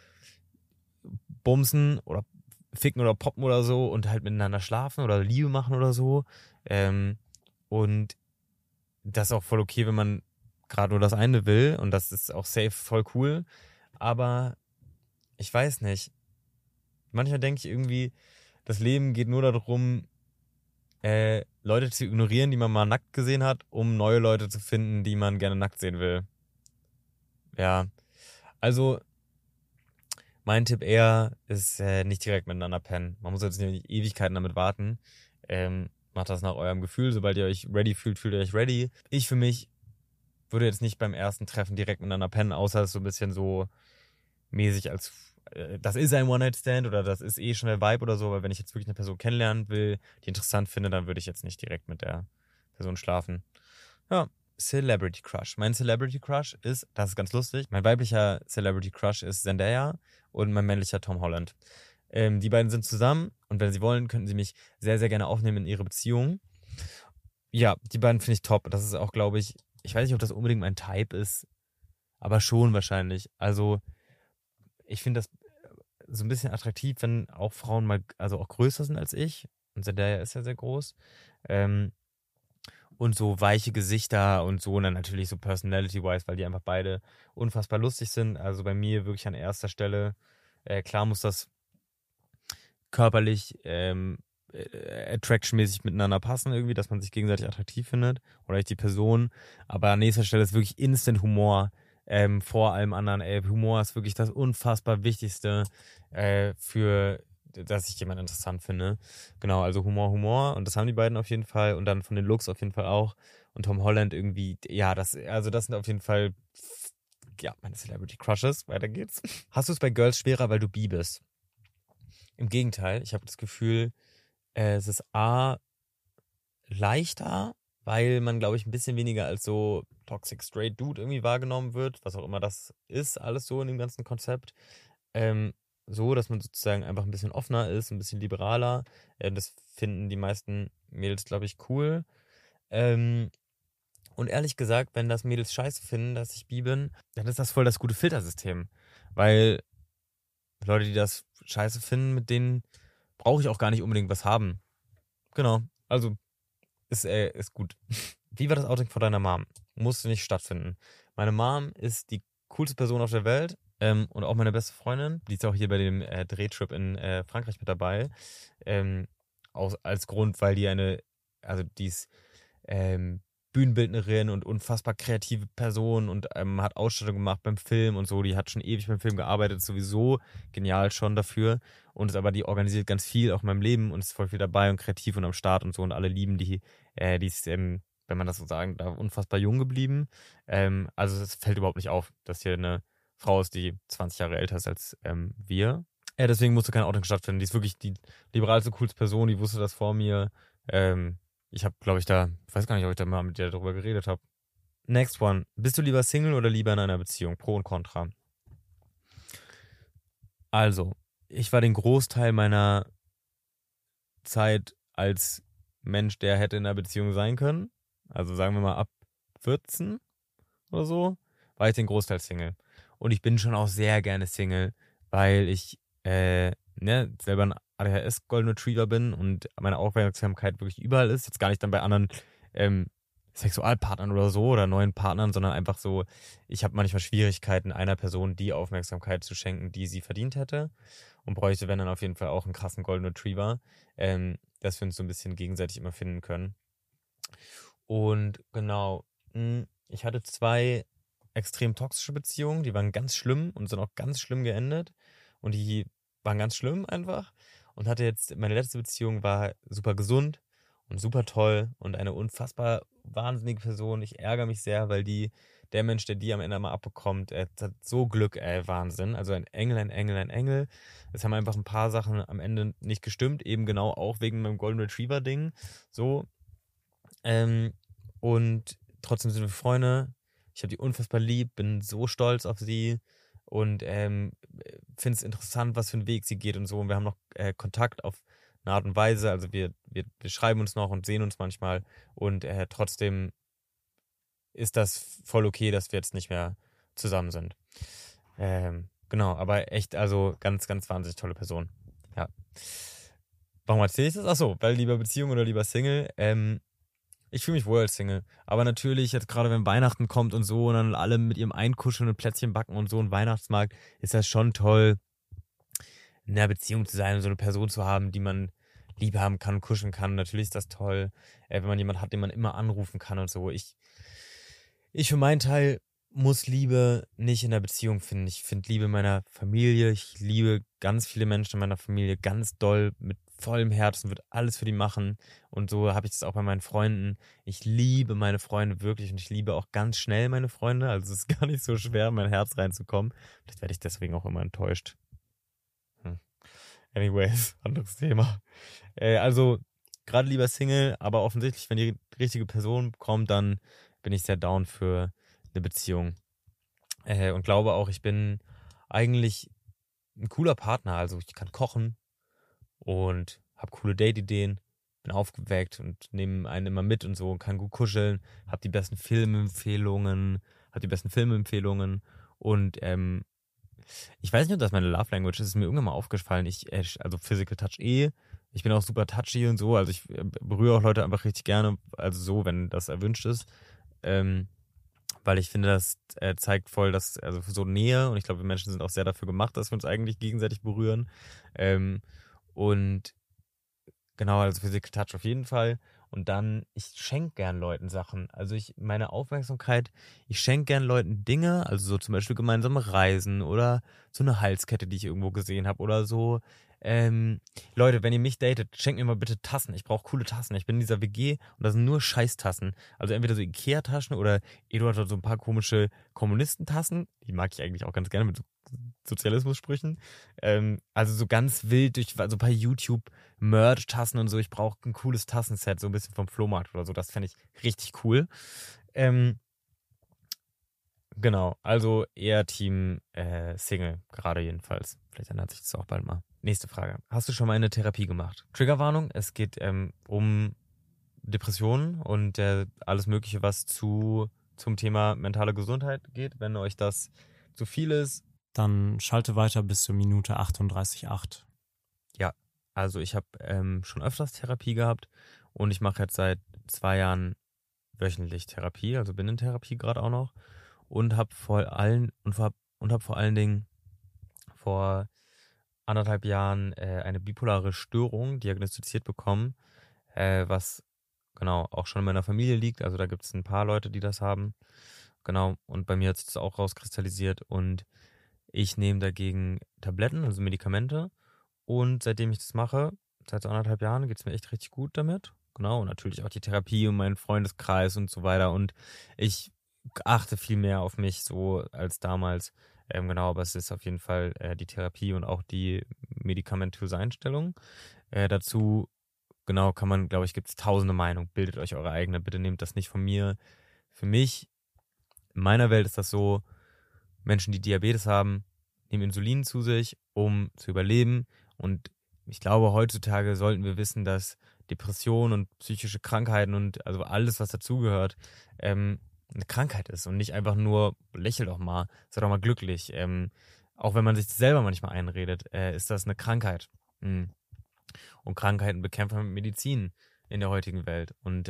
Bumsen oder Ficken oder Poppen oder so und halt miteinander schlafen oder Liebe machen oder so. Ähm, und das ist auch voll okay, wenn man gerade nur das eine will und das ist auch safe voll cool. Aber ich weiß nicht. Manchmal denke ich irgendwie, das Leben geht nur darum, Leute zu ignorieren, die man mal nackt gesehen hat, um neue Leute zu finden, die man gerne nackt sehen will. Ja, also mein Tipp eher ist nicht direkt miteinander pennen. Man muss jetzt nicht Ewigkeiten damit warten. Macht das nach eurem Gefühl. Sobald ihr euch ready fühlt, fühlt ihr euch ready. Ich für mich würde jetzt nicht beim ersten Treffen direkt miteinander pennen, außer es ist so ein bisschen so mäßig als das ist ein One-Night-Stand oder das ist eh schon der Vibe oder so, weil wenn ich jetzt wirklich eine Person kennenlernen will, die interessant finde, dann würde ich jetzt nicht direkt mit der Person schlafen. Ja, Celebrity Crush. Mein Celebrity Crush ist, das ist ganz lustig, mein weiblicher Celebrity Crush ist Zendaya und mein männlicher Tom Holland. Die beiden sind zusammen und wenn sie wollen, könnten sie mich sehr, sehr gerne aufnehmen in ihre Beziehung. Ja, die beiden finde ich top. Das ist auch, glaube ich weiß nicht, ob das unbedingt mein Type ist, aber schon wahrscheinlich. Also, ich finde das so ein bisschen attraktiv, wenn auch Frauen mal, also auch größer sind als ich. Und Zendaya ist ja sehr groß. Ähm, und so weiche Gesichter und so, und dann natürlich so personality-wise, weil die einfach beide unfassbar lustig sind. Also bei mir wirklich an erster Stelle. Klar muss das körperlich, attraction-mäßig miteinander passen irgendwie, dass man sich gegenseitig attraktiv findet oder ich die Person. Aber an nächster Stelle ist wirklich Instant Humor vor allem anderen. Ey, Humor ist wirklich das unfassbar Wichtigste für, dass ich jemanden interessant finde. Genau, also Humor, Humor und das haben die beiden auf jeden Fall und dann von den Looks auf jeden Fall auch. Und Tom Holland irgendwie, ja, also das sind auf jeden Fall, ja, meine Celebrity Crushes. Weiter geht's. Hast du es bei Girls schwerer, weil du bi bist? Im Gegenteil, ich habe das Gefühl, es ist A, leichter, weil man, glaube ich, ein bisschen weniger als so Toxic Straight Dude irgendwie wahrgenommen wird, was auch immer das ist, alles so in dem ganzen Konzept. Ähm, so, dass man sozusagen einfach ein bisschen offener ist, ein bisschen liberaler. Das finden die meisten Mädels, glaube ich, cool. Ähm, und ehrlich gesagt, wenn das Mädels scheiße finden, dass ich bi bin, dann ist das voll das gute Filtersystem. Weil Leute, die das scheiße finden, mit denen brauche ich auch gar nicht unbedingt was haben. Genau. Also ist gut. Wie war das Outing von deiner Mom? Musste nicht stattfinden. Meine Mom ist die coolste Person auf der Welt und auch meine beste Freundin. Die ist auch hier bei dem Drehtrip in Frankreich mit dabei. Als Grund, weil die die ist Bühnenbildnerin und unfassbar kreative Person und hat Ausstattung gemacht beim Film und so. Die hat schon ewig beim Film gearbeitet, ist sowieso genial schon dafür. Und ist aber, die organisiert ganz viel auch in meinem Leben und ist voll viel dabei und kreativ und am Start und so. Und alle lieben die. Die ist, wenn man das so sagen darf, unfassbar jung geblieben. Also es fällt überhaupt nicht auf, dass hier eine Frau ist, die 20 Jahre älter ist als wir. Deswegen musste kein Outing stattfinden. Die ist wirklich die liberalste, coolste Person, die wusste das vor mir. Ich habe, glaube ich, ich weiß gar nicht, ob ich da mal mit dir darüber geredet habe. Next one. Bist du lieber Single oder lieber in einer Beziehung? Pro und Contra. Also, ich war den Großteil meiner Zeit als Mensch, der hätte in einer Beziehung sein können. Also sagen wir mal ab 14 oder so, war ich den Großteil Single. Und ich bin schon auch sehr gerne Single, weil ich selber ein ADHS Golden Retriever bin und meine Aufmerksamkeit wirklich überall ist. Jetzt gar nicht dann bei anderen Sexualpartnern oder so oder neuen Partnern, sondern einfach so, ich habe manchmal Schwierigkeiten, einer Person die Aufmerksamkeit zu schenken, die sie verdient hätte. Und bräuchte, wenn dann auf jeden Fall auch einen krassen Golden Retriever, dass wir uns so ein bisschen gegenseitig immer finden können. Und genau, ich hatte 2 extrem toxische Beziehungen, die waren ganz schlimm und sind auch ganz schlimm geendet. Und die waren ganz schlimm einfach. Und hatte jetzt, meine letzte Beziehung war super gesund und super toll und eine unfassbar wahnsinnige Person. Ich ärgere mich sehr, weil der Mensch, der die am Ende mal abbekommt, er hat so Glück, Wahnsinn. Also ein Engel, ein Engel, ein Engel. Es haben einfach ein paar Sachen am Ende nicht gestimmt, eben genau auch wegen meinem Golden Retriever-Ding. So. Und trotzdem sind wir Freunde. Ich habe die unfassbar lieb, bin so stolz auf sie und finde es interessant, was für einen Weg sie geht und so. Und wir haben noch Kontakt auf eine Art und Weise. Also wir schreiben uns noch und sehen uns manchmal. Und trotzdem ist das voll okay, dass wir jetzt nicht mehr zusammen sind. Genau, aber echt, also ganz, ganz wahnsinnig tolle Person. Ja. Warum erzähle ich das? Achso, weil lieber Beziehung oder lieber Single. Ich fühle mich wohl als Single. Aber natürlich, jetzt gerade wenn Weihnachten kommt und so und dann alle mit ihrem Einkuscheln und Plätzchen backen und so ein Weihnachtsmarkt, ist das schon toll, in einer Beziehung zu sein und so eine Person zu haben, die man lieb haben kann, kuscheln kann. Natürlich ist das toll, wenn man jemanden hat, den man immer anrufen kann und so. Ich für meinen Teil muss Liebe nicht in der Beziehung finden. Ich finde Liebe in meiner Familie. Ich liebe ganz viele Menschen in meiner Familie ganz doll, mit vollem Herzen, würde alles für die machen. Und so habe ich das auch bei meinen Freunden. Ich liebe meine Freunde wirklich und ich liebe auch ganz schnell meine Freunde. Also es ist gar nicht so schwer, in mein Herz reinzukommen. Vielleicht werde ich deswegen auch immer enttäuscht. Anyways, anderes Thema. Also, gerade lieber Single, aber offensichtlich, wenn die richtige Person kommt, dann bin ich sehr down für eine Beziehung. Und glaube auch, ich bin eigentlich ein cooler Partner. Also, ich kann kochen und habe coole Date-Ideen, bin aufgeweckt und nehme einen immer mit und so und kann gut kuscheln, habe die besten Filmempfehlungen, und ich weiß nicht, ob das meine Love Language ist. Es ist mir irgendwann mal aufgefallen. Also Physical Touch Ich bin auch super touchy und so. Also ich berühre auch Leute einfach richtig gerne. Also so, wenn das erwünscht ist. Weil ich finde, das zeigt voll, dass, also so Nähe. Und ich glaube, wir Menschen sind auch sehr dafür gemacht, dass wir uns eigentlich gegenseitig berühren. Und genau, also Physical Touch auf jeden Fall. Und dann, ich schenke gern Leuten Sachen. Also meine Aufmerksamkeit, ich schenke gern Leuten Dinge, also so zum Beispiel gemeinsame Reisen oder so eine Halskette, die ich irgendwo gesehen habe oder so. Leute, wenn ihr mich datet, schenkt mir mal bitte Tassen. Ich brauche coole Tassen. Ich bin in dieser WG und da sind nur Scheißtassen. Also entweder so Ikea-Taschen oder Eduard hat so ein paar komische Kommunistentassen. Die mag ich eigentlich auch ganz gerne mit so Sozialismus-Sprüchen. Also so ganz wild durch so ein paar YouTube-Merch-Tassen und so. Ich brauche ein cooles Tassenset, so ein bisschen vom Flohmarkt oder so. Das fände ich richtig cool. Genau, also eher Team Single, gerade jedenfalls. Vielleicht ändert sich das auch bald mal. Nächste Frage. Hast du schon mal eine Therapie gemacht? Triggerwarnung, es geht um Depressionen und alles Mögliche, was zum Thema mentale Gesundheit geht. Wenn euch das zu viel ist, dann schalte weiter bis zur Minute 38,8. Ja, also ich habe schon öfters Therapie gehabt und ich mache jetzt seit 2 Jahren wöchentlich Therapie, also bin in Therapie gerade auch noch und habe vor allen Dingen vor 1,5 Jahren eine bipolare Störung diagnostiziert bekommen, was genau, auch schon in meiner Familie liegt. Also da gibt es ein paar Leute, die das haben. Genau, und bei mir hat sich das auch rauskristallisiert und ich nehme dagegen Tabletten, also Medikamente. Und seitdem ich das mache, seit so 1,5 Jahren, geht es mir echt richtig gut damit. Genau, und natürlich auch die Therapie und meinen Freundeskreis und so weiter. Und ich achte viel mehr auf mich so als damals. Genau, aber es ist auf jeden Fall die Therapie und auch die medikamentöse Einstellung. Dazu, genau, kann man, glaube ich, gibt es tausende Meinungen. Bildet euch eure eigene. Bitte nehmt das nicht von mir. Für mich, in meiner Welt ist das so, Menschen, die Diabetes haben, nehmen Insulin zu sich, um zu überleben. Und ich glaube, heutzutage sollten wir wissen, dass Depressionen und psychische Krankheiten und also alles, was dazugehört, eine Krankheit ist und nicht einfach nur, lächel doch mal, sei doch mal glücklich. Auch wenn man sich das selber manchmal einredet, ist das eine Krankheit. Mhm. Und Krankheiten bekämpft man mit Medizin in der heutigen Welt. Und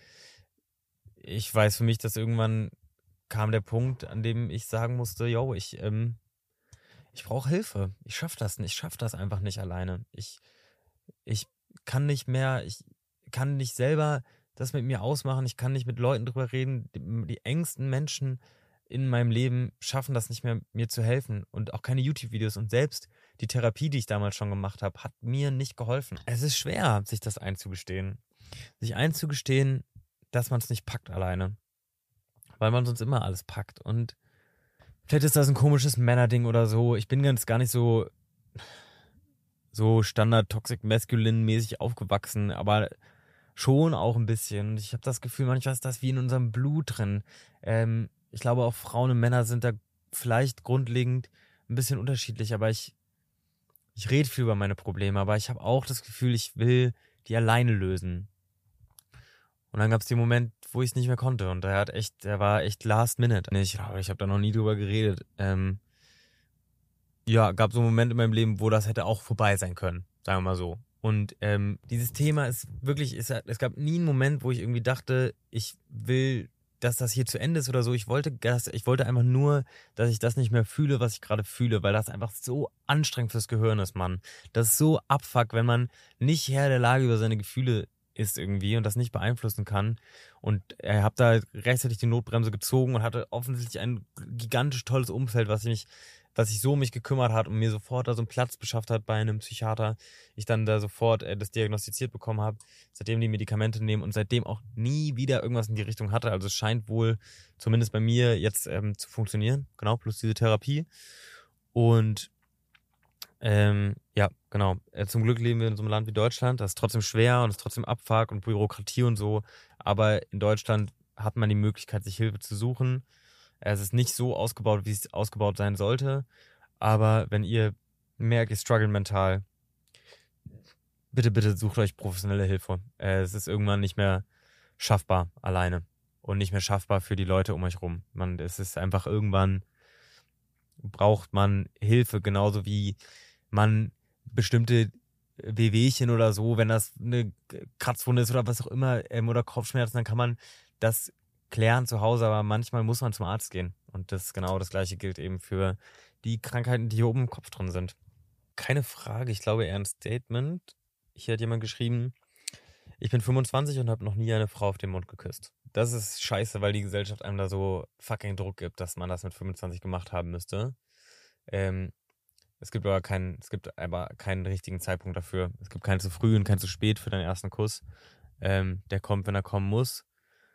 ich weiß für mich, dass irgendwann kam der Punkt, an dem ich sagen musste, yo, ich brauche Hilfe. Ich schaffe das nicht. Ich schaffe das einfach nicht alleine. Ich kann nicht mehr, ich kann nicht selber das mit mir ausmachen. Ich kann nicht mit Leuten drüber reden. Die engsten Menschen in meinem Leben schaffen das nicht mehr, mir zu helfen. Und auch keine YouTube-Videos. Und selbst die Therapie, die ich damals schon gemacht habe, hat mir nicht geholfen. Es ist schwer, sich das einzugestehen. Sich einzugestehen, dass man es nicht packt alleine. Weil man sonst immer alles packt. Und vielleicht ist das ein komisches Männerding oder so. Ich bin ganz gar nicht so Standard Toxic Masculine mäßig aufgewachsen, aber schon auch ein bisschen. Ich habe das Gefühl, manchmal ist das wie in unserem Blut drin. Ich glaube, auch Frauen und Männer sind da vielleicht grundlegend ein bisschen unterschiedlich, aber ich rede viel über meine Probleme, aber ich habe auch das Gefühl, ich will die alleine lösen. Und dann gab es den Moment, wo ich es nicht mehr konnte. Und der war echt last minute. Ich habe da noch nie drüber geredet. Ja, gab so einen Moment in meinem Leben, wo das hätte auch vorbei sein können, sagen wir mal so. Und dieses Thema ist wirklich, es gab nie einen Moment, wo ich irgendwie dachte, ich will, dass das hier zu Ende ist oder so. Ich wollte einfach nur, dass ich das nicht mehr fühle, was ich gerade fühle, weil das einfach so anstrengend fürs Gehirn ist, Mann. Das ist so Abfuck, wenn man nicht Herr der Lage über seine Gefühle ist irgendwie und das nicht beeinflussen kann. Und er habe da rechtzeitig die Notbremse gezogen und hatte offensichtlich ein gigantisch tolles Umfeld, was sich so um mich gekümmert hat und mir sofort da so einen Platz beschafft hat bei einem Psychiater. Ich dann da sofort das diagnostiziert bekommen habe, seitdem die Medikamente nehmen und seitdem auch nie wieder irgendwas in die Richtung hatte. Also es scheint wohl zumindest bei mir jetzt zu funktionieren. Genau, plus diese Therapie. Und ja, genau. Zum Glück leben wir in so einem Land wie Deutschland. Das ist trotzdem schwer und ist trotzdem Abfuck und Bürokratie und so. Aber in Deutschland hat man die Möglichkeit, sich Hilfe zu suchen. Es ist nicht so ausgebaut, wie es ausgebaut sein sollte. Aber wenn ihr merkt, ihr struggelt mental, bitte, bitte sucht euch professionelle Hilfe. Es ist irgendwann nicht mehr schaffbar alleine. Und nicht mehr schaffbar für die Leute um euch rum. Es ist einfach irgendwann braucht man Hilfe, genauso wie man bestimmte Wehwehchen oder so, wenn das eine Kratzwunde ist oder was auch immer, oder Kopfschmerzen, dann kann man das klären zu Hause, aber manchmal muss man zum Arzt gehen. Und das Gleiche gilt eben für die Krankheiten, die hier oben im Kopf drin sind. Keine Frage, ich glaube eher ein Statement. Hier hat jemand geschrieben, ich bin 25 und habe noch nie eine Frau auf den Mund geküsst. Das ist scheiße, weil die Gesellschaft einem da so fucking Druck gibt, dass man das mit 25 gemacht haben müsste. Es gibt aber keinen richtigen Zeitpunkt dafür. Es gibt keinen zu früh und keinen zu spät für deinen ersten Kuss. Der kommt, wenn er kommen muss.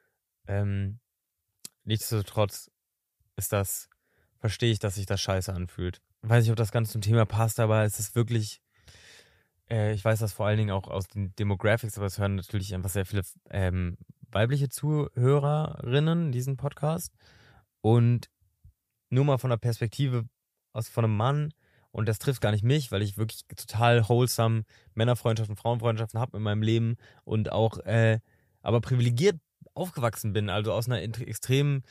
Nichtsdestotrotz verstehe ich, dass sich das scheiße anfühlt. Weiß nicht, ob das Ganze zum Thema passt, aber es ist wirklich, ich weiß das vor allen Dingen auch aus den Demographics, aber es hören natürlich einfach sehr viele weibliche Zuhörerinnen diesen Podcast. Und nur mal von der Perspektive von einem Mann, und das trifft gar nicht mich, weil ich wirklich total wholesome Männerfreundschaften, Frauenfreundschaften habe in meinem Leben und auch aber privilegiert aufgewachsen bin, also aus einer extrem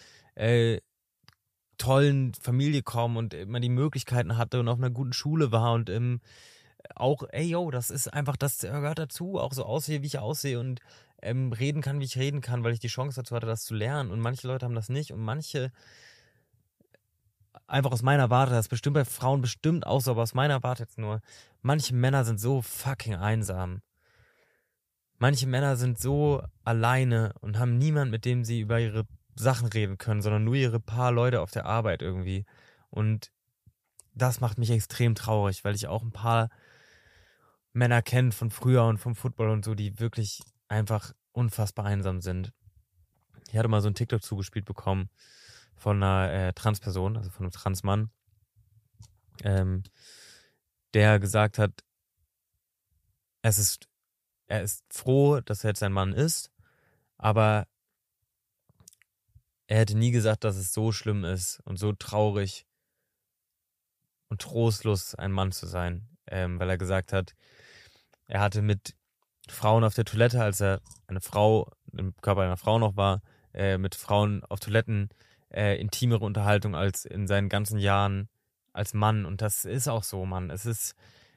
tollen Familie komme und immer die Möglichkeiten hatte und auf einer guten Schule war und auch, das ist einfach, das gehört dazu, auch so aussehe, wie ich aussehe und reden kann, wie ich reden kann, weil ich die Chance dazu hatte, das zu lernen. Und manche Leute haben das nicht und manche, einfach aus meiner Warte, das ist bestimmt bei Frauen bestimmt auch so, aber aus meiner Warte jetzt nur, manche Männer sind so fucking einsam. manche Männer sind so alleine und haben niemand, mit dem sie über ihre Sachen reden können, sondern nur ihre paar Leute auf der Arbeit irgendwie. Und das macht mich extrem traurig, weil ich auch ein paar Männer kenne von früher und vom Football und so, die wirklich einfach unfassbar einsam sind. Ich hatte mal so einen TikTok zugespielt bekommen von einer Transperson, also von einem Transmann, der gesagt hat, er ist froh, dass er jetzt ein Mann ist, aber er hätte nie gesagt, dass es so schlimm ist und so traurig und trostlos, ein Mann zu sein, weil er gesagt hat, er hatte mit Frauen auf der Toilette, als er eine Frau im Körper einer Frau noch war, mit Frauen auf Toiletten intimere Unterhaltung als in seinen ganzen Jahren als Mann. Und das ist auch so, Mann. Es ist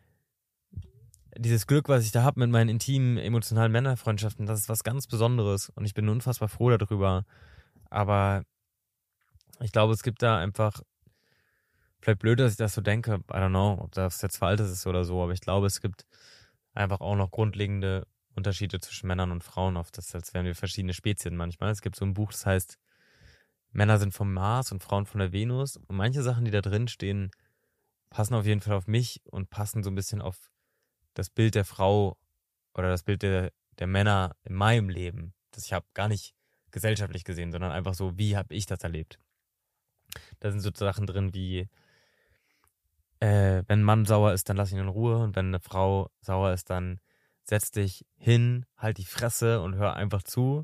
dieses Glück, was ich da habe mit meinen intimen, emotionalen Männerfreundschaften, das ist was ganz Besonderes. Und ich bin unfassbar froh darüber. Aber ich glaube, es gibt da einfach, vielleicht blöd, dass ich das so denke, I don't know, ob das jetzt veraltet ist oder so, aber ich glaube, es gibt einfach auch noch grundlegende Unterschiede zwischen Männern und Frauen, oft das, als wären wir verschiedene Spezien manchmal. Es gibt so ein Buch, das heißt, Männer sind vom Mars und Frauen von der Venus. Und manche Sachen, die da drin stehen, passen auf jeden Fall auf mich und passen so ein bisschen auf das Bild der Frau oder das Bild der Männer in meinem Leben. Das ich habe gar nicht gesellschaftlich gesehen, sondern einfach so, wie habe ich das erlebt. Da sind so Sachen drin wie, wenn ein Mann sauer ist, dann lass ihn in Ruhe. Und wenn eine Frau sauer ist, dann setz dich hin, halt die Fresse und hör einfach zu.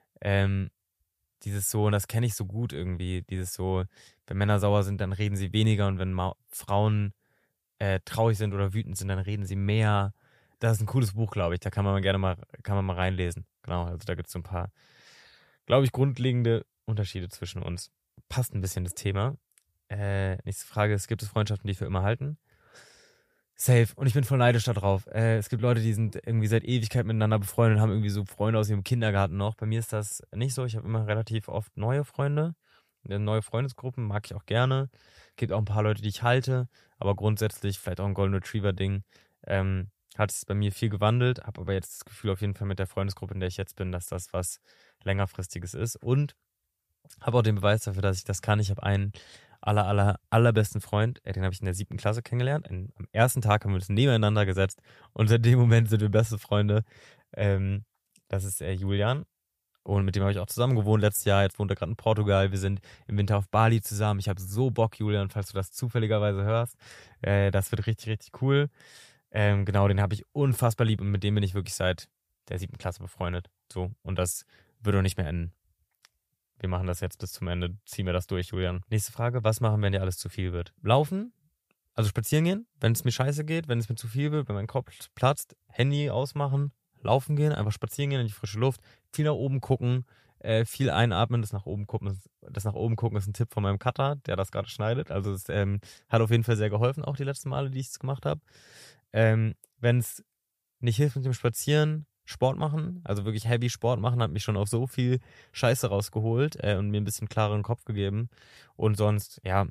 Dieses so, und das kenne ich so gut irgendwie, dieses so, wenn Männer sauer sind, dann reden sie weniger und wenn Frauen traurig sind oder wütend sind, dann reden sie mehr. Das ist ein cooles Buch, glaube ich, da kann man mal reinlesen. Genau, also da gibt es so ein paar, glaube ich, grundlegende Unterschiede zwischen uns. Passt ein bisschen das Thema. Nächste Frage ist, gibt es Freundschaften, die für immer halten? Safe. Und ich bin voll neidisch da drauf. Es gibt Leute, die sind irgendwie seit Ewigkeit miteinander befreundet und haben irgendwie so Freunde aus ihrem Kindergarten noch. Bei mir ist das nicht so. Ich habe immer relativ oft neue Freunde. Neue Freundesgruppen mag ich auch gerne. Gibt auch ein paar Leute, die ich halte. Aber grundsätzlich, vielleicht auch ein Golden Retriever-Ding, hat es bei mir viel gewandelt. Habe aber jetzt das Gefühl auf jeden Fall mit der Freundesgruppe, in der ich jetzt bin, dass das was längerfristiges ist. Und habe auch den Beweis dafür, dass ich das kann. Ich habe einen allerbesten Freund, den habe ich in der 7. Klasse kennengelernt. Am ersten Tag haben wir uns nebeneinander gesetzt und seit dem Moment sind wir beste Freunde. Das ist Julian und mit dem habe ich auch zusammen gewohnt letztes Jahr. Jetzt wohnt er gerade in Portugal. Wir sind im Winter auf Bali zusammen. Ich habe so Bock, Julian, falls du das zufälligerweise hörst. Das wird richtig, richtig cool. Genau, den habe ich unfassbar lieb und mit dem bin ich wirklich seit der 7. Klasse befreundet. So, und das wird auch nicht mehr enden. Wir machen das jetzt bis zum Ende. Ziehen wir das durch, Julian. Nächste Frage. Was machen, wenn dir alles zu viel wird? Laufen? Also spazieren gehen, wenn es mir scheiße geht, wenn es mir zu viel wird, wenn mein Kopf platzt. Handy ausmachen, laufen gehen, einfach spazieren gehen in die frische Luft. Viel nach oben gucken, viel einatmen. Das nach oben gucken ist ein Tipp von meinem Cutter, der das gerade schneidet. Also es hat auf jeden Fall sehr geholfen, auch die letzten Male, die ich es gemacht habe. Wenn es nicht hilft mit dem Spazieren, Sport machen, also wirklich heavy Sport machen, hat mich schon auf so viel Scheiße rausgeholt und mir ein bisschen klareren Kopf gegeben. Und sonst, ja,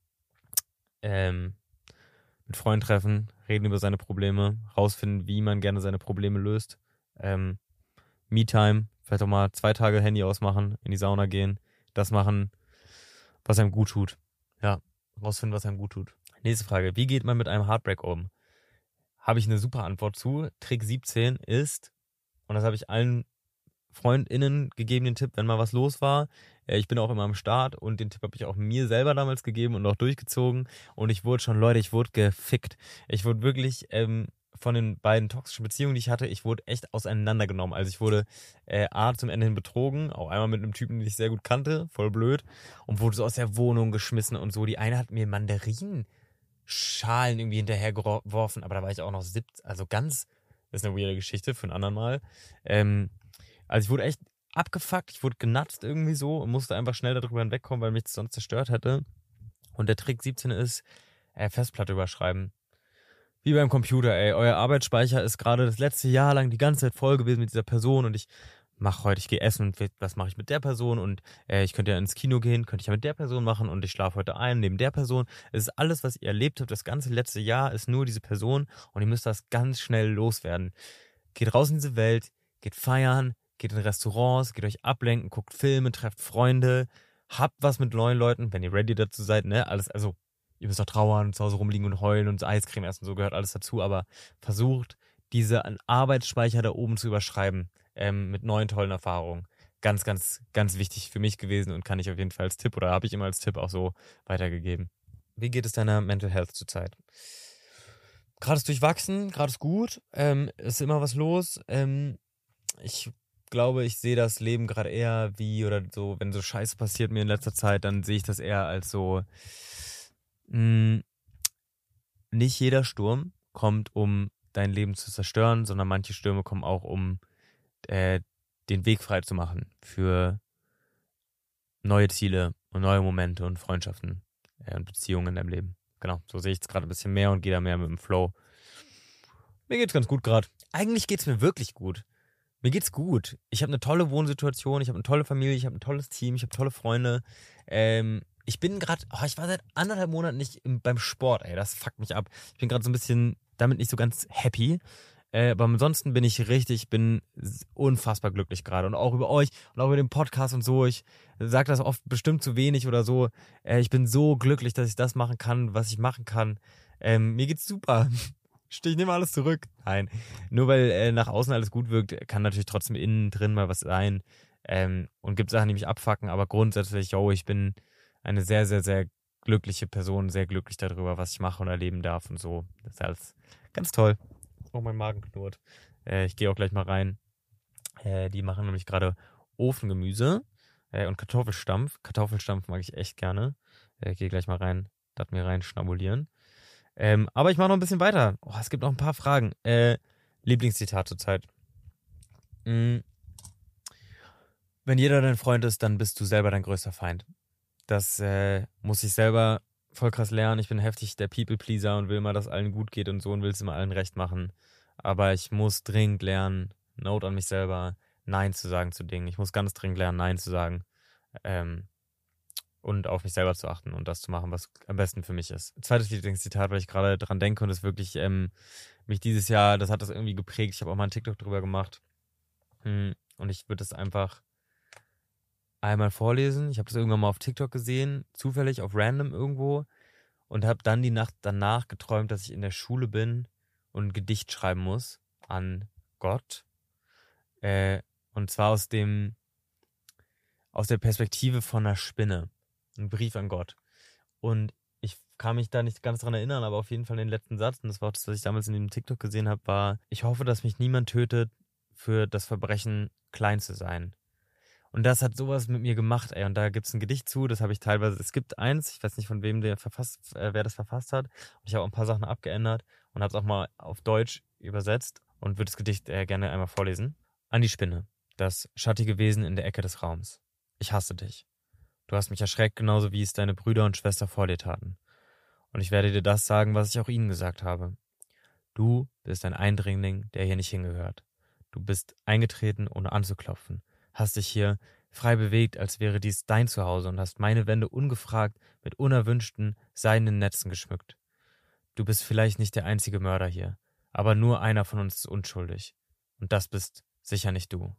mit Freunden treffen, reden über seine Probleme, rausfinden, wie man gerne seine Probleme löst. Me-Time, vielleicht auch mal 2 Tage Handy ausmachen, in die Sauna gehen, das machen, was einem gut tut. Ja, rausfinden, was einem gut tut. Nächste Frage, wie geht man mit einem Heartbreak um? Habe ich eine super Antwort zu. Trick 17 ist, und das habe ich allen FreundInnen gegeben, den Tipp, wenn mal was los war. Ich bin auch immer am Start und den Tipp habe ich auch mir selber damals gegeben und auch durchgezogen. Und ich wurde gefickt. Ich wurde wirklich von den beiden toxischen Beziehungen, die ich hatte, ich wurde echt auseinandergenommen. Also ich wurde A, zum Ende hin betrogen, auch einmal mit einem Typen, den ich sehr gut kannte, voll blöd, und wurde so aus der Wohnung geschmissen und so. Die eine hat mir Mandarinenschalen irgendwie hinterhergeworfen, aber da war ich auch noch 17, also ganz, das ist eine weirde Geschichte für einen anderen Mal. Also ich wurde echt abgefuckt, ich wurde genatzt irgendwie so und musste einfach schnell darüber hinwegkommen, weil mich das sonst zerstört hätte. Und der Trick 17 ist, Festplatte überschreiben. Wie beim Computer, ey. Euer Arbeitsspeicher ist gerade das letzte Jahr lang die ganze Zeit voll gewesen mit dieser Person und ich gehe essen und was mache ich mit der Person und ich könnte ja ins Kino gehen, könnte ich ja mit der Person machen und ich schlafe heute ein neben der Person. Es ist alles, was ihr erlebt habt, das ganze letzte Jahr ist nur diese Person und ihr müsst das ganz schnell loswerden. Geht raus in diese Welt, geht feiern, geht in Restaurants, geht euch ablenken, guckt Filme, trefft Freunde, habt was mit neuen Leuten, wenn ihr ready dazu seid, ne? Alles, also, ihr müsst auch trauern, zu Hause rumliegen und heulen und Eiscreme essen, so gehört alles dazu, aber versucht, diese Arbeitsspeicher da oben zu überschreiben, mit neuen tollen Erfahrungen. Ganz, ganz, ganz wichtig für mich gewesen und kann ich auf jeden Fall als Tipp oder habe ich immer als Tipp auch so weitergegeben. Wie geht es deiner Mental Health zurzeit? Gerade ist durchwachsen, gerade ist gut, ist immer was los. Ich glaube, ich sehe das Leben gerade eher wie, oder so, wenn so Scheiße passiert mir in letzter Zeit, dann sehe ich das eher als so, nicht jeder Sturm kommt, um dein Leben zu zerstören, sondern manche Stürme kommen auch, um den Weg frei zu machen für neue Ziele und neue Momente und Freundschaften und Beziehungen in deinem Leben. Genau, so sehe ich es gerade ein bisschen mehr und gehe da mehr mit dem Flow. Mir geht's ganz gut gerade. Eigentlich geht's mir wirklich gut. Mir geht's gut. Ich habe eine tolle Wohnsituation, ich habe eine tolle Familie, ich habe ein tolles Team, ich habe tolle Freunde. Ich bin gerade, ich war seit 1,5 Monaten nicht beim Sport, ey, das fuckt mich ab. Ich bin gerade so ein bisschen damit nicht so ganz happy. Aber ansonsten bin ich unfassbar glücklich gerade. Und auch über euch und auch über den Podcast und so. Ich sage das oft bestimmt zu wenig oder so. Ich bin so glücklich, dass ich das machen kann, was ich machen kann. Mir geht's super. Ich nehme alles zurück. Nein. Nur weil nach außen alles gut wirkt, kann natürlich trotzdem innen drin mal was sein. Und gibt Sachen, die mich abfacken. Aber grundsätzlich, ich bin eine sehr, sehr, sehr glückliche Person. Sehr glücklich darüber, was ich mache und erleben darf und so. Das ist alles ganz toll. Oh, mein Magen knurrt. Ich gehe auch gleich mal rein. Die machen nämlich gerade Ofengemüse und Kartoffelstampf. Kartoffelstampf mag ich echt gerne. Ich gehe gleich mal rein, das mir rein schnabulieren. Aber ich mache noch ein bisschen weiter. Es gibt noch ein paar Fragen. Lieblingszitat zurzeit. Wenn jeder dein Freund ist, dann bist du selber dein größter Feind. Das muss ich selber voll krass lernen. Ich bin heftig der People-Pleaser und will immer, dass allen gut geht und so und will es immer allen recht machen. Aber ich muss dringend lernen, Note an mich selber, Nein zu sagen zu Dingen. Ich muss ganz dringend lernen, Nein zu sagen. Und auf mich selber zu achten und das zu machen, was am besten für mich ist. Zweites Lieblingszitat, weil ich gerade dran denke und es wirklich mich dieses Jahr, das hat das irgendwie geprägt. Ich habe auch mal einen TikTok drüber gemacht. Und ich würde es einfach einmal vorlesen. Ich habe das irgendwann mal auf TikTok gesehen, zufällig auf random irgendwo und habe dann die Nacht danach geträumt, dass ich in der Schule bin und ein Gedicht schreiben muss an Gott. Und zwar aus der Perspektive von einer Spinne. Ein Brief an Gott. Und ich kann mich da nicht ganz dran erinnern, aber auf jeden Fall den letzten Satz, und das war auch das, was ich damals in dem TikTok gesehen habe, war: Ich hoffe, dass mich niemand tötet für das Verbrechen, klein zu sein. Und das hat sowas mit mir gemacht, ey. Und da gibt es ein Gedicht zu, das habe ich teilweise, es gibt eins, ich weiß nicht von wem wer das verfasst hat. Und ich habe auch ein paar Sachen abgeändert und habe es auch mal auf Deutsch übersetzt und würde das Gedicht gerne einmal vorlesen. An die Spinne, das schattige Wesen in der Ecke des Raums. Ich hasse dich. Du hast mich erschreckt, genauso wie es deine Brüder und Schwester vor dir taten. Und ich werde dir das sagen, was ich auch ihnen gesagt habe. Du bist ein Eindringling, der hier nicht hingehört. Du bist eingetreten, ohne anzuklopfen. Hast dich hier frei bewegt, als wäre dies dein Zuhause und hast meine Wände ungefragt mit unerwünschten, seidenen Netzen geschmückt. Du bist vielleicht nicht der einzige Mörder hier, aber nur einer von uns ist unschuldig. Und das bist sicher nicht du.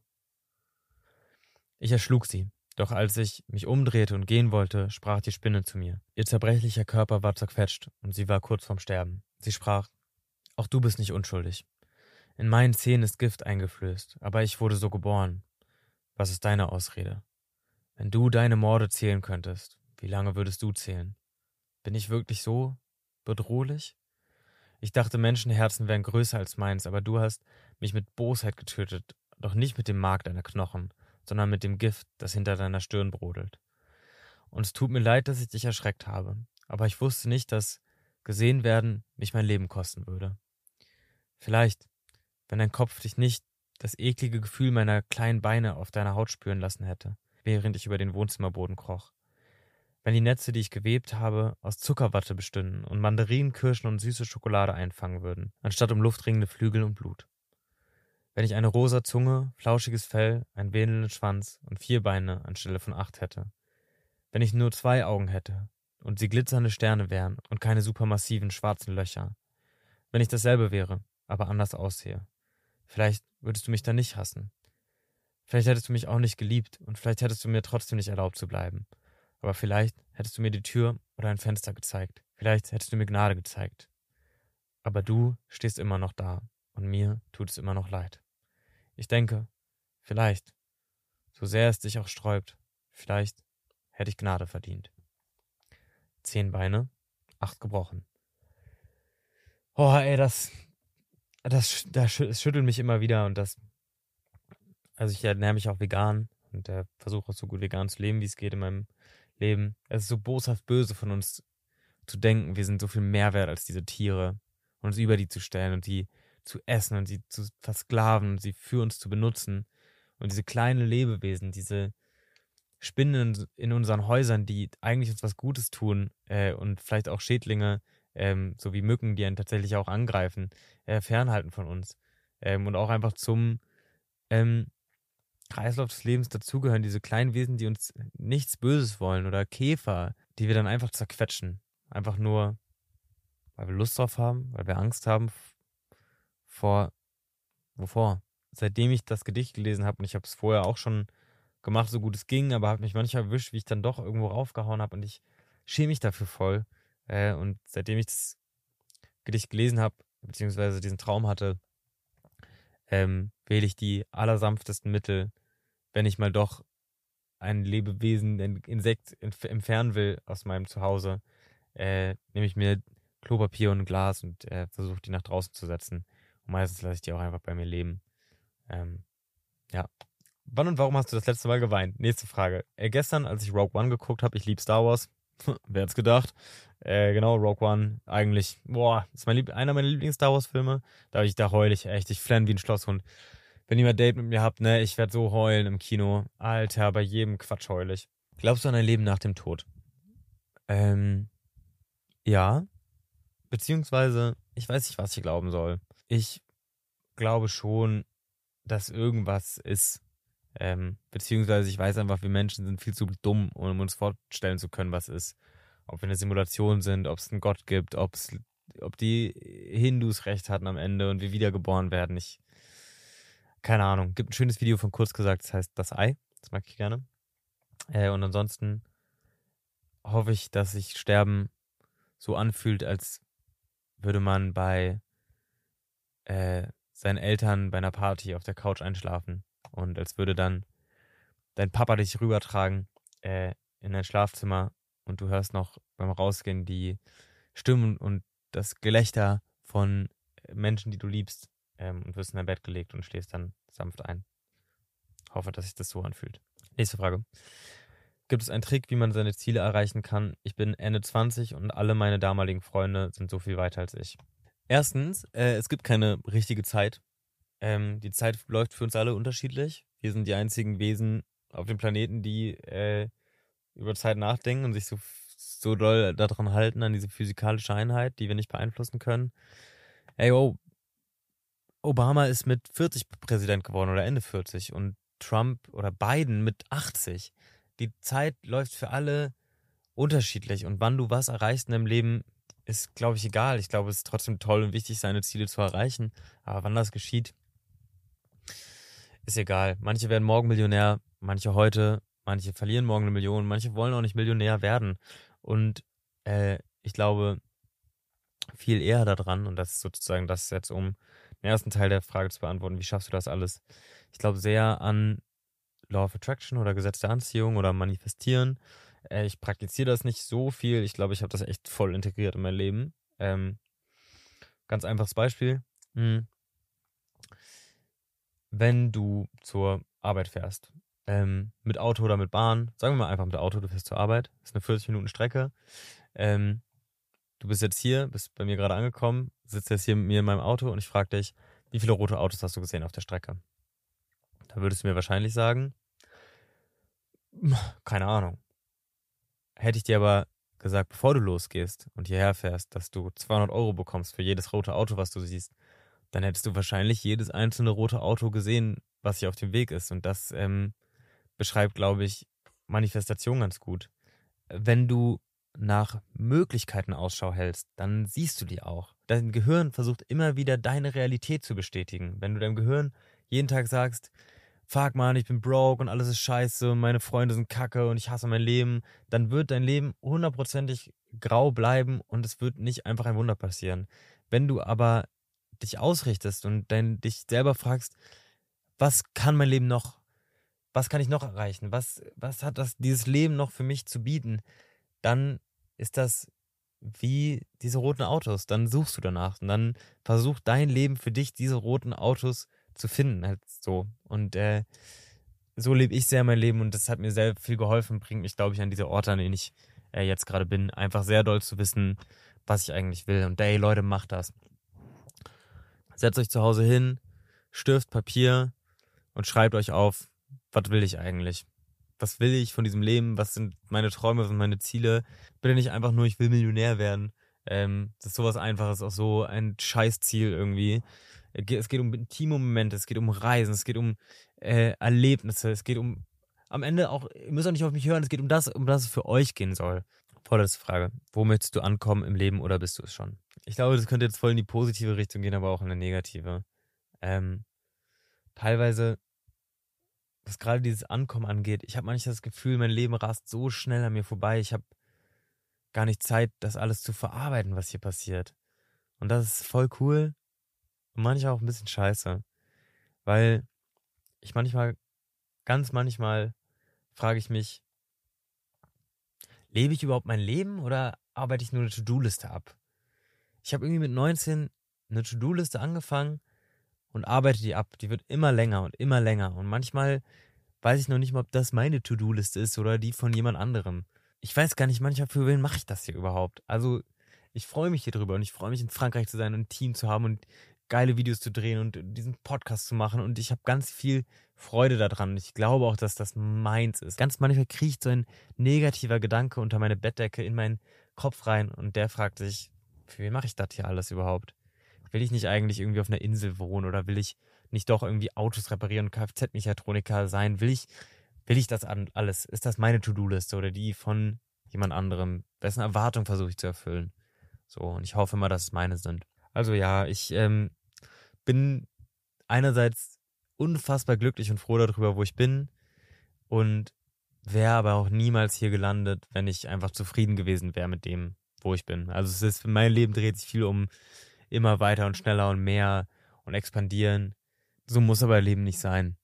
Ich erschlug sie. Doch als ich mich umdrehte und gehen wollte, sprach die Spinne zu mir. Ihr zerbrechlicher Körper war zerquetscht und sie war kurz vorm Sterben. Sie sprach: Auch du bist nicht unschuldig. In meinen Zähnen ist Gift eingeflößt, aber ich wurde so geboren. Was ist deine Ausrede? Wenn du deine Morde zählen könntest, wie lange würdest du zählen? Bin ich wirklich so bedrohlich? Ich dachte, Menschenherzen wären größer als meins, aber du hast mich mit Bosheit getötet, doch nicht mit dem Mark deiner Knochen, sondern mit dem Gift, das hinter deiner Stirn brodelt. Und es tut mir leid, dass ich dich erschreckt habe, aber ich wusste nicht, dass gesehen werden mich mein Leben kosten würde. Vielleicht, wenn dein Kopf dich nicht das eklige Gefühl meiner kleinen Beine auf deiner Haut spüren lassen hätte, während ich über den Wohnzimmerboden kroch. Wenn die Netze, die ich gewebt habe, aus Zuckerwatte bestünden und Mandarinen, Kirschen und süße Schokolade einfangen würden, anstatt um luftringende Flügel und Blut. Wenn ich eine rosa Zunge, flauschiges Fell, einen wedelnden Schwanz und 4 Beine anstelle von 8 hätte. Wenn ich nur 2 Augen hätte und sie glitzernde Sterne wären und keine supermassiven schwarzen Löcher. Wenn ich dasselbe wäre, aber anders aussehe. Vielleicht würdest du mich dann nicht hassen. Vielleicht hättest du mich auch nicht geliebt und vielleicht hättest du mir trotzdem nicht erlaubt zu bleiben. Aber vielleicht hättest du mir die Tür oder ein Fenster gezeigt. Vielleicht hättest du mir Gnade gezeigt. Aber du stehst immer noch da und mir tut es immer noch leid. Ich denke, vielleicht, so sehr es dich auch sträubt, vielleicht hätte ich Gnade verdient. 10 Beine, 8 gebrochen. Oh, ey, das schüttelt mich immer wieder und also ich ernähre mich auch vegan und versuche auch so gut vegan zu leben, wie es geht in meinem Leben. Es ist so boshaft böse von uns zu denken, wir sind so viel mehr wert als diese Tiere und uns über die zu stellen und die zu essen und sie zu versklaven und sie für uns zu benutzen. Und diese kleinen Lebewesen, diese Spinnen in unseren Häusern, die eigentlich uns was Gutes tun und vielleicht auch Schädlinge, so wie Mücken, die einen tatsächlich auch angreifen, fernhalten von uns. Und auch einfach zum ähm, Kreislauf des Lebens dazugehören, diese kleinen Wesen, die uns nichts Böses wollen oder Käfer, die wir dann einfach zerquetschen. Einfach nur, weil wir Lust drauf haben, weil wir Angst haben vor, wovor? Seitdem ich das Gedicht gelesen habe, und ich habe es vorher auch schon gemacht, so gut es ging, aber habe mich manchmal erwischt, wie ich dann doch irgendwo raufgehauen habe und ich schäme mich dafür voll. Und seitdem ich das Gedicht gelesen habe, beziehungsweise diesen Traum hatte, wähle ich die allersanftesten Mittel, wenn ich mal doch ein Lebewesen, ein Insekt entfernen will aus meinem Zuhause, nehme ich mir Klopapier und ein Glas und versuche die nach draußen zu setzen. Und meistens lasse ich die auch einfach bei mir leben. Ja. Wann und warum hast du das letzte Mal geweint? Nächste Frage. Gestern, als ich Rogue One geguckt habe, ich liebe Star Wars. Wer hätte es gedacht? Genau, Rogue One, eigentlich, ist einer meiner Lieblings-Star Wars-Filme. Da heule ich echt, ich flenne wie ein Schlosshund. Wenn ihr mal ein Date mit mir habt, ne, ich werde so heulen im Kino. Alter, bei jedem Quatsch heul ich. Glaubst du an ein Leben nach dem Tod? Ja. Beziehungsweise, ich weiß nicht, was ich glauben soll. Ich glaube schon, dass irgendwas ist. Beziehungsweise ich weiß einfach, wir Menschen sind viel zu dumm, um uns vorstellen zu können, was ist. Ob wir eine Simulation sind, ob es einen Gott gibt, ob die Hindus recht hatten am Ende und wir wiedergeboren werden. Keine Ahnung. Gibt ein schönes Video von Kurz gesagt, das heißt Das Ei. Das mag ich gerne. Und ansonsten hoffe ich, dass sich Sterben so anfühlt, als würde man bei seinen Eltern bei einer Party auf der Couch einschlafen. Und als würde dann dein Papa dich rübertragen in dein Schlafzimmer und du hörst noch beim Rausgehen die Stimmen und das Gelächter von Menschen, die du liebst, und wirst in dein Bett gelegt und schläfst dann sanft ein. Hoffe, dass sich das so anfühlt. Nächste Frage. Gibt es einen Trick, wie man seine Ziele erreichen kann? Ich bin Ende 20 und alle meine damaligen Freunde sind so viel weiter als ich. Erstens, es gibt keine richtige Zeit. Die Zeit läuft für uns alle unterschiedlich. Wir sind die einzigen Wesen auf dem Planeten, die über Zeit nachdenken und sich so doll daran halten, an diese physikalische Einheit, die wir nicht beeinflussen können. Ey, Obama ist mit 40 Präsident geworden oder Ende 40 und Trump oder Biden mit 80. Die Zeit läuft für alle unterschiedlich und wann du was erreichst in deinem Leben, ist, glaube ich, egal. Ich glaube, es ist trotzdem toll und wichtig, seine Ziele zu erreichen. Aber wann das geschieht, ist egal. Manche werden morgen Millionär, manche heute, manche verlieren morgen 1 Million, manche wollen auch nicht Millionär werden. Und ich glaube viel eher daran, und das ist sozusagen das jetzt, um den ersten Teil der Frage zu beantworten, wie schaffst du das alles? Ich glaube sehr an Law of Attraction oder Gesetz der Anziehung oder Manifestieren. Ich praktiziere das nicht so viel. Ich glaube, ich habe das echt voll integriert in mein Leben. Ganz einfaches Beispiel. Wenn du zur Arbeit fährst, mit Auto oder mit Bahn, sagen wir mal einfach mit Auto, du fährst zur Arbeit, das ist eine 40-Minuten-Strecke. Du bist jetzt hier, bist bei mir gerade angekommen, sitzt jetzt hier mit mir in meinem Auto und ich frage dich, wie viele rote Autos hast du gesehen auf der Strecke? Da würdest du mir wahrscheinlich sagen, keine Ahnung. Hätte ich dir aber gesagt, bevor du losgehst und hierher fährst, dass du 200 Euro bekommst für jedes rote Auto, was du siehst, dann hättest du wahrscheinlich jedes einzelne rote Auto gesehen, was hier auf dem Weg ist. Und das beschreibt, glaube ich, Manifestation ganz gut. Wenn du nach Möglichkeiten Ausschau hältst, dann siehst du die auch. Dein Gehirn versucht immer wieder deine Realität zu bestätigen. Wenn du deinem Gehirn jeden Tag sagst, fuck man, ich bin broke und alles ist scheiße und meine Freunde sind kacke und ich hasse mein Leben, dann wird dein Leben hundertprozentig grau bleiben und es wird nicht einfach ein Wunder passieren. Wenn du aber dich ausrichtest und dich selber fragst, was kann mein Leben noch, was kann ich noch erreichen, was hat dieses Leben noch für mich zu bieten, dann ist das wie diese roten Autos. Dann suchst du danach und dann versucht dein Leben für dich diese roten Autos zu finden. Halt so. Und so lebe ich sehr mein Leben und das hat mir sehr viel geholfen, bringt mich, glaube ich, an diese Orte, an denen ich jetzt gerade bin. Einfach sehr doll zu wissen, was ich eigentlich will. Und ey, Leute, macht das. Setzt euch zu Hause hin, stirft Papier und schreibt euch auf, was will ich eigentlich? Was will ich von diesem Leben? Was sind meine Träume, was sind meine Ziele? Bitte nicht einfach nur, ich will Millionär werden. Das ist sowas Einfaches, auch so ein Scheißziel irgendwie. Es geht um intime Momente, es geht um Reisen, es geht um Erlebnisse, es geht um, am Ende auch, ihr müsst auch nicht auf mich hören, es geht um das es für euch gehen soll. Vorletzte Frage. Wo möchtest du ankommen im Leben oder bist du es schon? Ich glaube, das könnte jetzt voll in die positive Richtung gehen, aber auch in eine negative. Teilweise, was gerade dieses Ankommen angeht, ich habe manchmal das Gefühl, mein Leben rast so schnell an mir vorbei, ich habe gar nicht Zeit, das alles zu verarbeiten, was hier passiert. Und das ist voll cool und manchmal auch ein bisschen scheiße, weil ich ganz manchmal frage ich mich, lebe ich überhaupt mein Leben oder arbeite ich nur eine To-Do-Liste ab? Ich habe irgendwie mit 19 eine To-Do-Liste angefangen und arbeite die ab. Die wird immer länger und immer länger. Und manchmal weiß ich noch nicht mal, ob das meine To-Do-Liste ist oder die von jemand anderem. Ich weiß gar nicht manchmal, für wen mache ich das hier überhaupt. Also ich freue mich hier drüber und ich freue mich, in Frankreich zu sein und ein Team zu haben und geile Videos zu drehen und diesen Podcast zu machen. Und ich habe ganz viel Freude daran. Ich glaube auch, dass das meins ist. Ganz manchmal kriecht so ein negativer Gedanke unter meine Bettdecke in meinen Kopf rein und der fragt sich, für wen mache ich das hier alles überhaupt? Will ich nicht eigentlich irgendwie auf einer Insel wohnen oder will ich nicht doch irgendwie Autos reparieren und Kfz-Mechatroniker sein? Will ich das alles? Ist das meine To-Do-Liste oder die von jemand anderem? Wessen Erwartung versuche ich zu erfüllen? So, und ich hoffe immer, dass es meine sind. Also ja, ich bin einerseits unfassbar glücklich und froh darüber, wo ich bin und wäre aber auch niemals hier gelandet, wenn ich einfach zufrieden gewesen wäre mit dem, wo ich bin. Also es ist, mein Leben dreht sich viel um immer weiter und schneller und mehr und expandieren. So muss aber Leben nicht sein.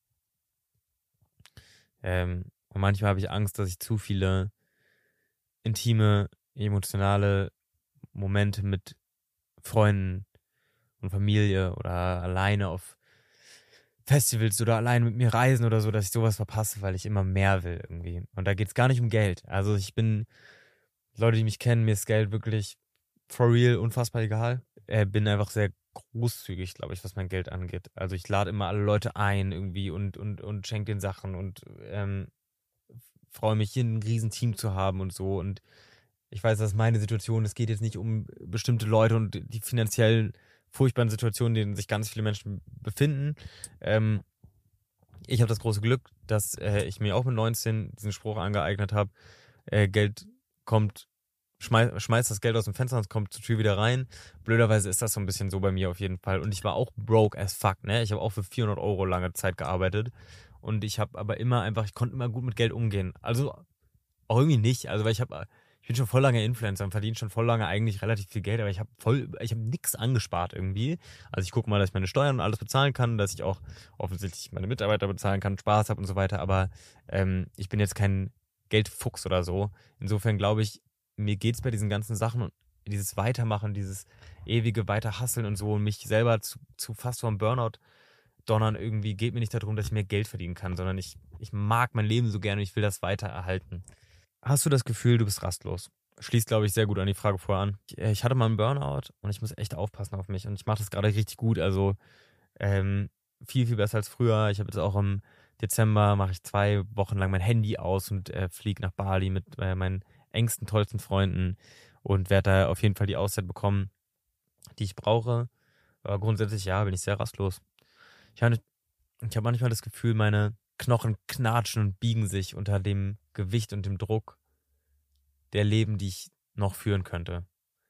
Und manchmal habe ich Angst, dass ich zu viele intime, emotionale Momente mit Freunden und Familie oder alleine auf Festivals oder alleine mit mir reisen oder so, dass ich sowas verpasse, weil ich immer mehr will irgendwie. Und da geht es gar nicht um Geld. Also Leute, die mich kennen, mir ist Geld wirklich for real unfassbar egal. Bin einfach sehr großzügig, glaube ich, was mein Geld angeht. Also ich lade immer alle Leute ein irgendwie und schenke den Sachen und freue mich, hier ein Riesenteam zu haben und so. Und ich weiß, das ist meine Situation. Es geht jetzt nicht um bestimmte Leute und die finanziell furchtbaren Situationen, in denen sich ganz viele Menschen befinden. Ich habe das große Glück, dass ich mir auch mit 19 diesen Spruch angeeignet habe. Geld kommt, schmeißt das Geld aus dem Fenster und es kommt zur Tür wieder rein. Blöderweise ist das so ein bisschen so bei mir auf jeden Fall. Und ich war auch broke as fuck, ne? Ich habe auch für 400 Euro lange Zeit gearbeitet. Und ich habe aber ich konnte immer gut mit Geld umgehen. Also auch irgendwie nicht. Also weil ich bin schon voll lange Influencer und verdiene schon voll lange eigentlich relativ viel Geld, aber ich habe nichts angespart irgendwie. Also ich gucke mal, dass ich meine Steuern und alles bezahlen kann, dass ich auch offensichtlich meine Mitarbeiter bezahlen kann, Spaß habe und so weiter, aber ich bin jetzt kein Geldfuchs oder so. Insofern glaube ich, mir geht es bei diesen ganzen Sachen und dieses Weitermachen, dieses ewige Weiterhasseln und so und mich selber zu fast vor einem Burnout donnern irgendwie, geht mir nicht darum, dass ich mehr Geld verdienen kann, sondern ich mag mein Leben so gerne und ich will das weiter erhalten. Hast du das Gefühl, du bist rastlos? Schließt, glaube ich, sehr gut an die Frage vorher an. Ich hatte mal einen Burnout und ich muss echt aufpassen auf mich und ich mache das gerade richtig gut, also viel, viel besser als früher. Ich habe jetzt auch im Dezember, mache ich 2 Wochen lang mein Handy aus und fliege nach Bali mit meinen engsten, tollsten Freunden und werde da auf jeden Fall die Auszeit bekommen, die ich brauche. Aber grundsätzlich, ja, bin ich sehr rastlos. Ich habe manchmal das Gefühl, meine Knochen knatschen und biegen sich unter dem Gewicht und dem Druck der Leben, die ich noch führen könnte.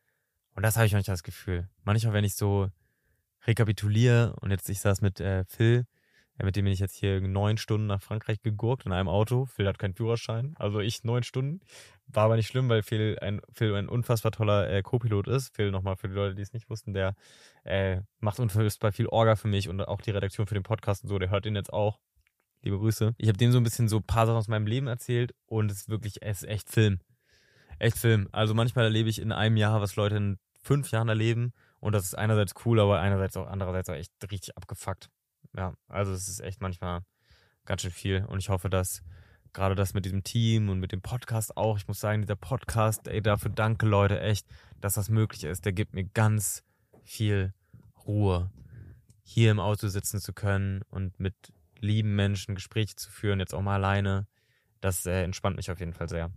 Und das habe ich manchmal das Gefühl. Manchmal, wenn ich so rekapituliere und jetzt, ich saß mit Phil, mit dem bin ich jetzt hier 9 Stunden nach Frankreich gegurkt in einem Auto. Phil hat keinen Führerschein, also ich 9 Stunden. War aber nicht schlimm, weil Phil ein unfassbar toller Co-Pilot ist. Phil, nochmal für die Leute, die es nicht wussten, der macht unfassbar viel Orga für mich und auch die Redaktion für den Podcast und so, der hört den jetzt auch. Liebe Grüße. Ich habe dem so ein bisschen so ein paar Sachen aus meinem Leben erzählt und es ist echt Film. Echt Film. Also manchmal erlebe ich in einem Jahr, was Leute in 5 Jahren erleben und das ist einerseits cool, aber andererseits auch echt richtig abgefuckt. Ja, also es ist echt manchmal ganz schön viel und ich hoffe, dass gerade das mit diesem Team und mit dem Podcast auch, ich muss sagen, dieser Podcast, ey, dafür danke Leute, echt, dass das möglich ist. Der gibt mir ganz viel Ruhe, hier im Auto sitzen zu können und mit lieben Menschen Gespräche zu führen, jetzt auch mal alleine. Das entspannt mich auf jeden Fall sehr.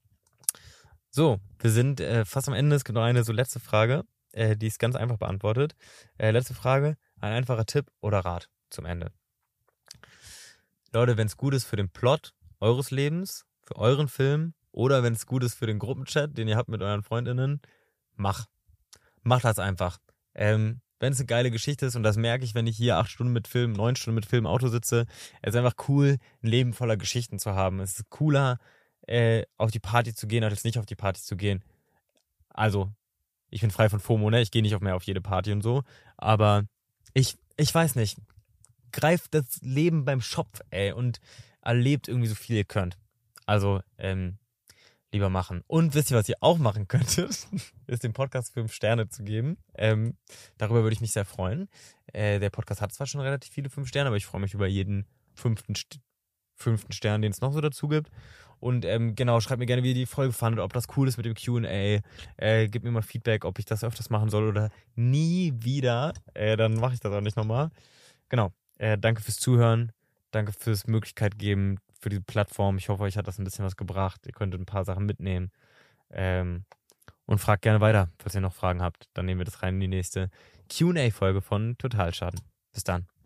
So, wir sind fast am Ende. Es gibt noch eine so letzte Frage, die ist ganz einfach beantwortet. Letzte Frage, ein einfacher Tipp oder Rat zum Ende. Leute, wenn es gut ist für den Plot eures Lebens, für euren Film oder wenn es gut ist für den Gruppenchat, den ihr habt mit euren FreundInnen, mach das einfach. Wenn es eine geile Geschichte ist und das merke ich, wenn ich hier 8 Stunden mit Film, 9 Stunden mit Film im Auto sitze, es ist einfach cool, ein Leben voller Geschichten zu haben. Es ist cooler, auf die Party zu gehen, als nicht auf die Party zu gehen. Also, ich bin frei von FOMO, ne? Ich gehe nicht mehr auf jede Party und so, aber ich weiß nicht. Greift das Leben beim Schopf, ey, und erlebt irgendwie so viel ihr könnt. Also, lieber machen. Und wisst ihr, was ihr auch machen könntet? Ist dem Podcast 5 Sterne zu geben. Darüber würde ich mich sehr freuen. Der Podcast hat zwar schon relativ viele 5 Sterne, aber ich freue mich über jeden fünften Stern, den es noch so dazu gibt. Und genau, schreibt mir gerne, wie ihr die Folge fandet, ob das cool ist mit dem Q&A. Gebt mir mal Feedback, ob ich das öfters machen soll oder nie wieder. Dann mache ich das auch nicht nochmal. Genau. Danke fürs Zuhören. Danke fürs Möglichkeit geben für diese Plattform. Ich hoffe, euch hat das ein bisschen was gebracht. Ihr könntet ein paar Sachen mitnehmen. Und fragt gerne weiter, falls ihr noch Fragen habt. Dann nehmen wir das rein in die nächste Q&A-Folge von Totalschaden. Bis dann.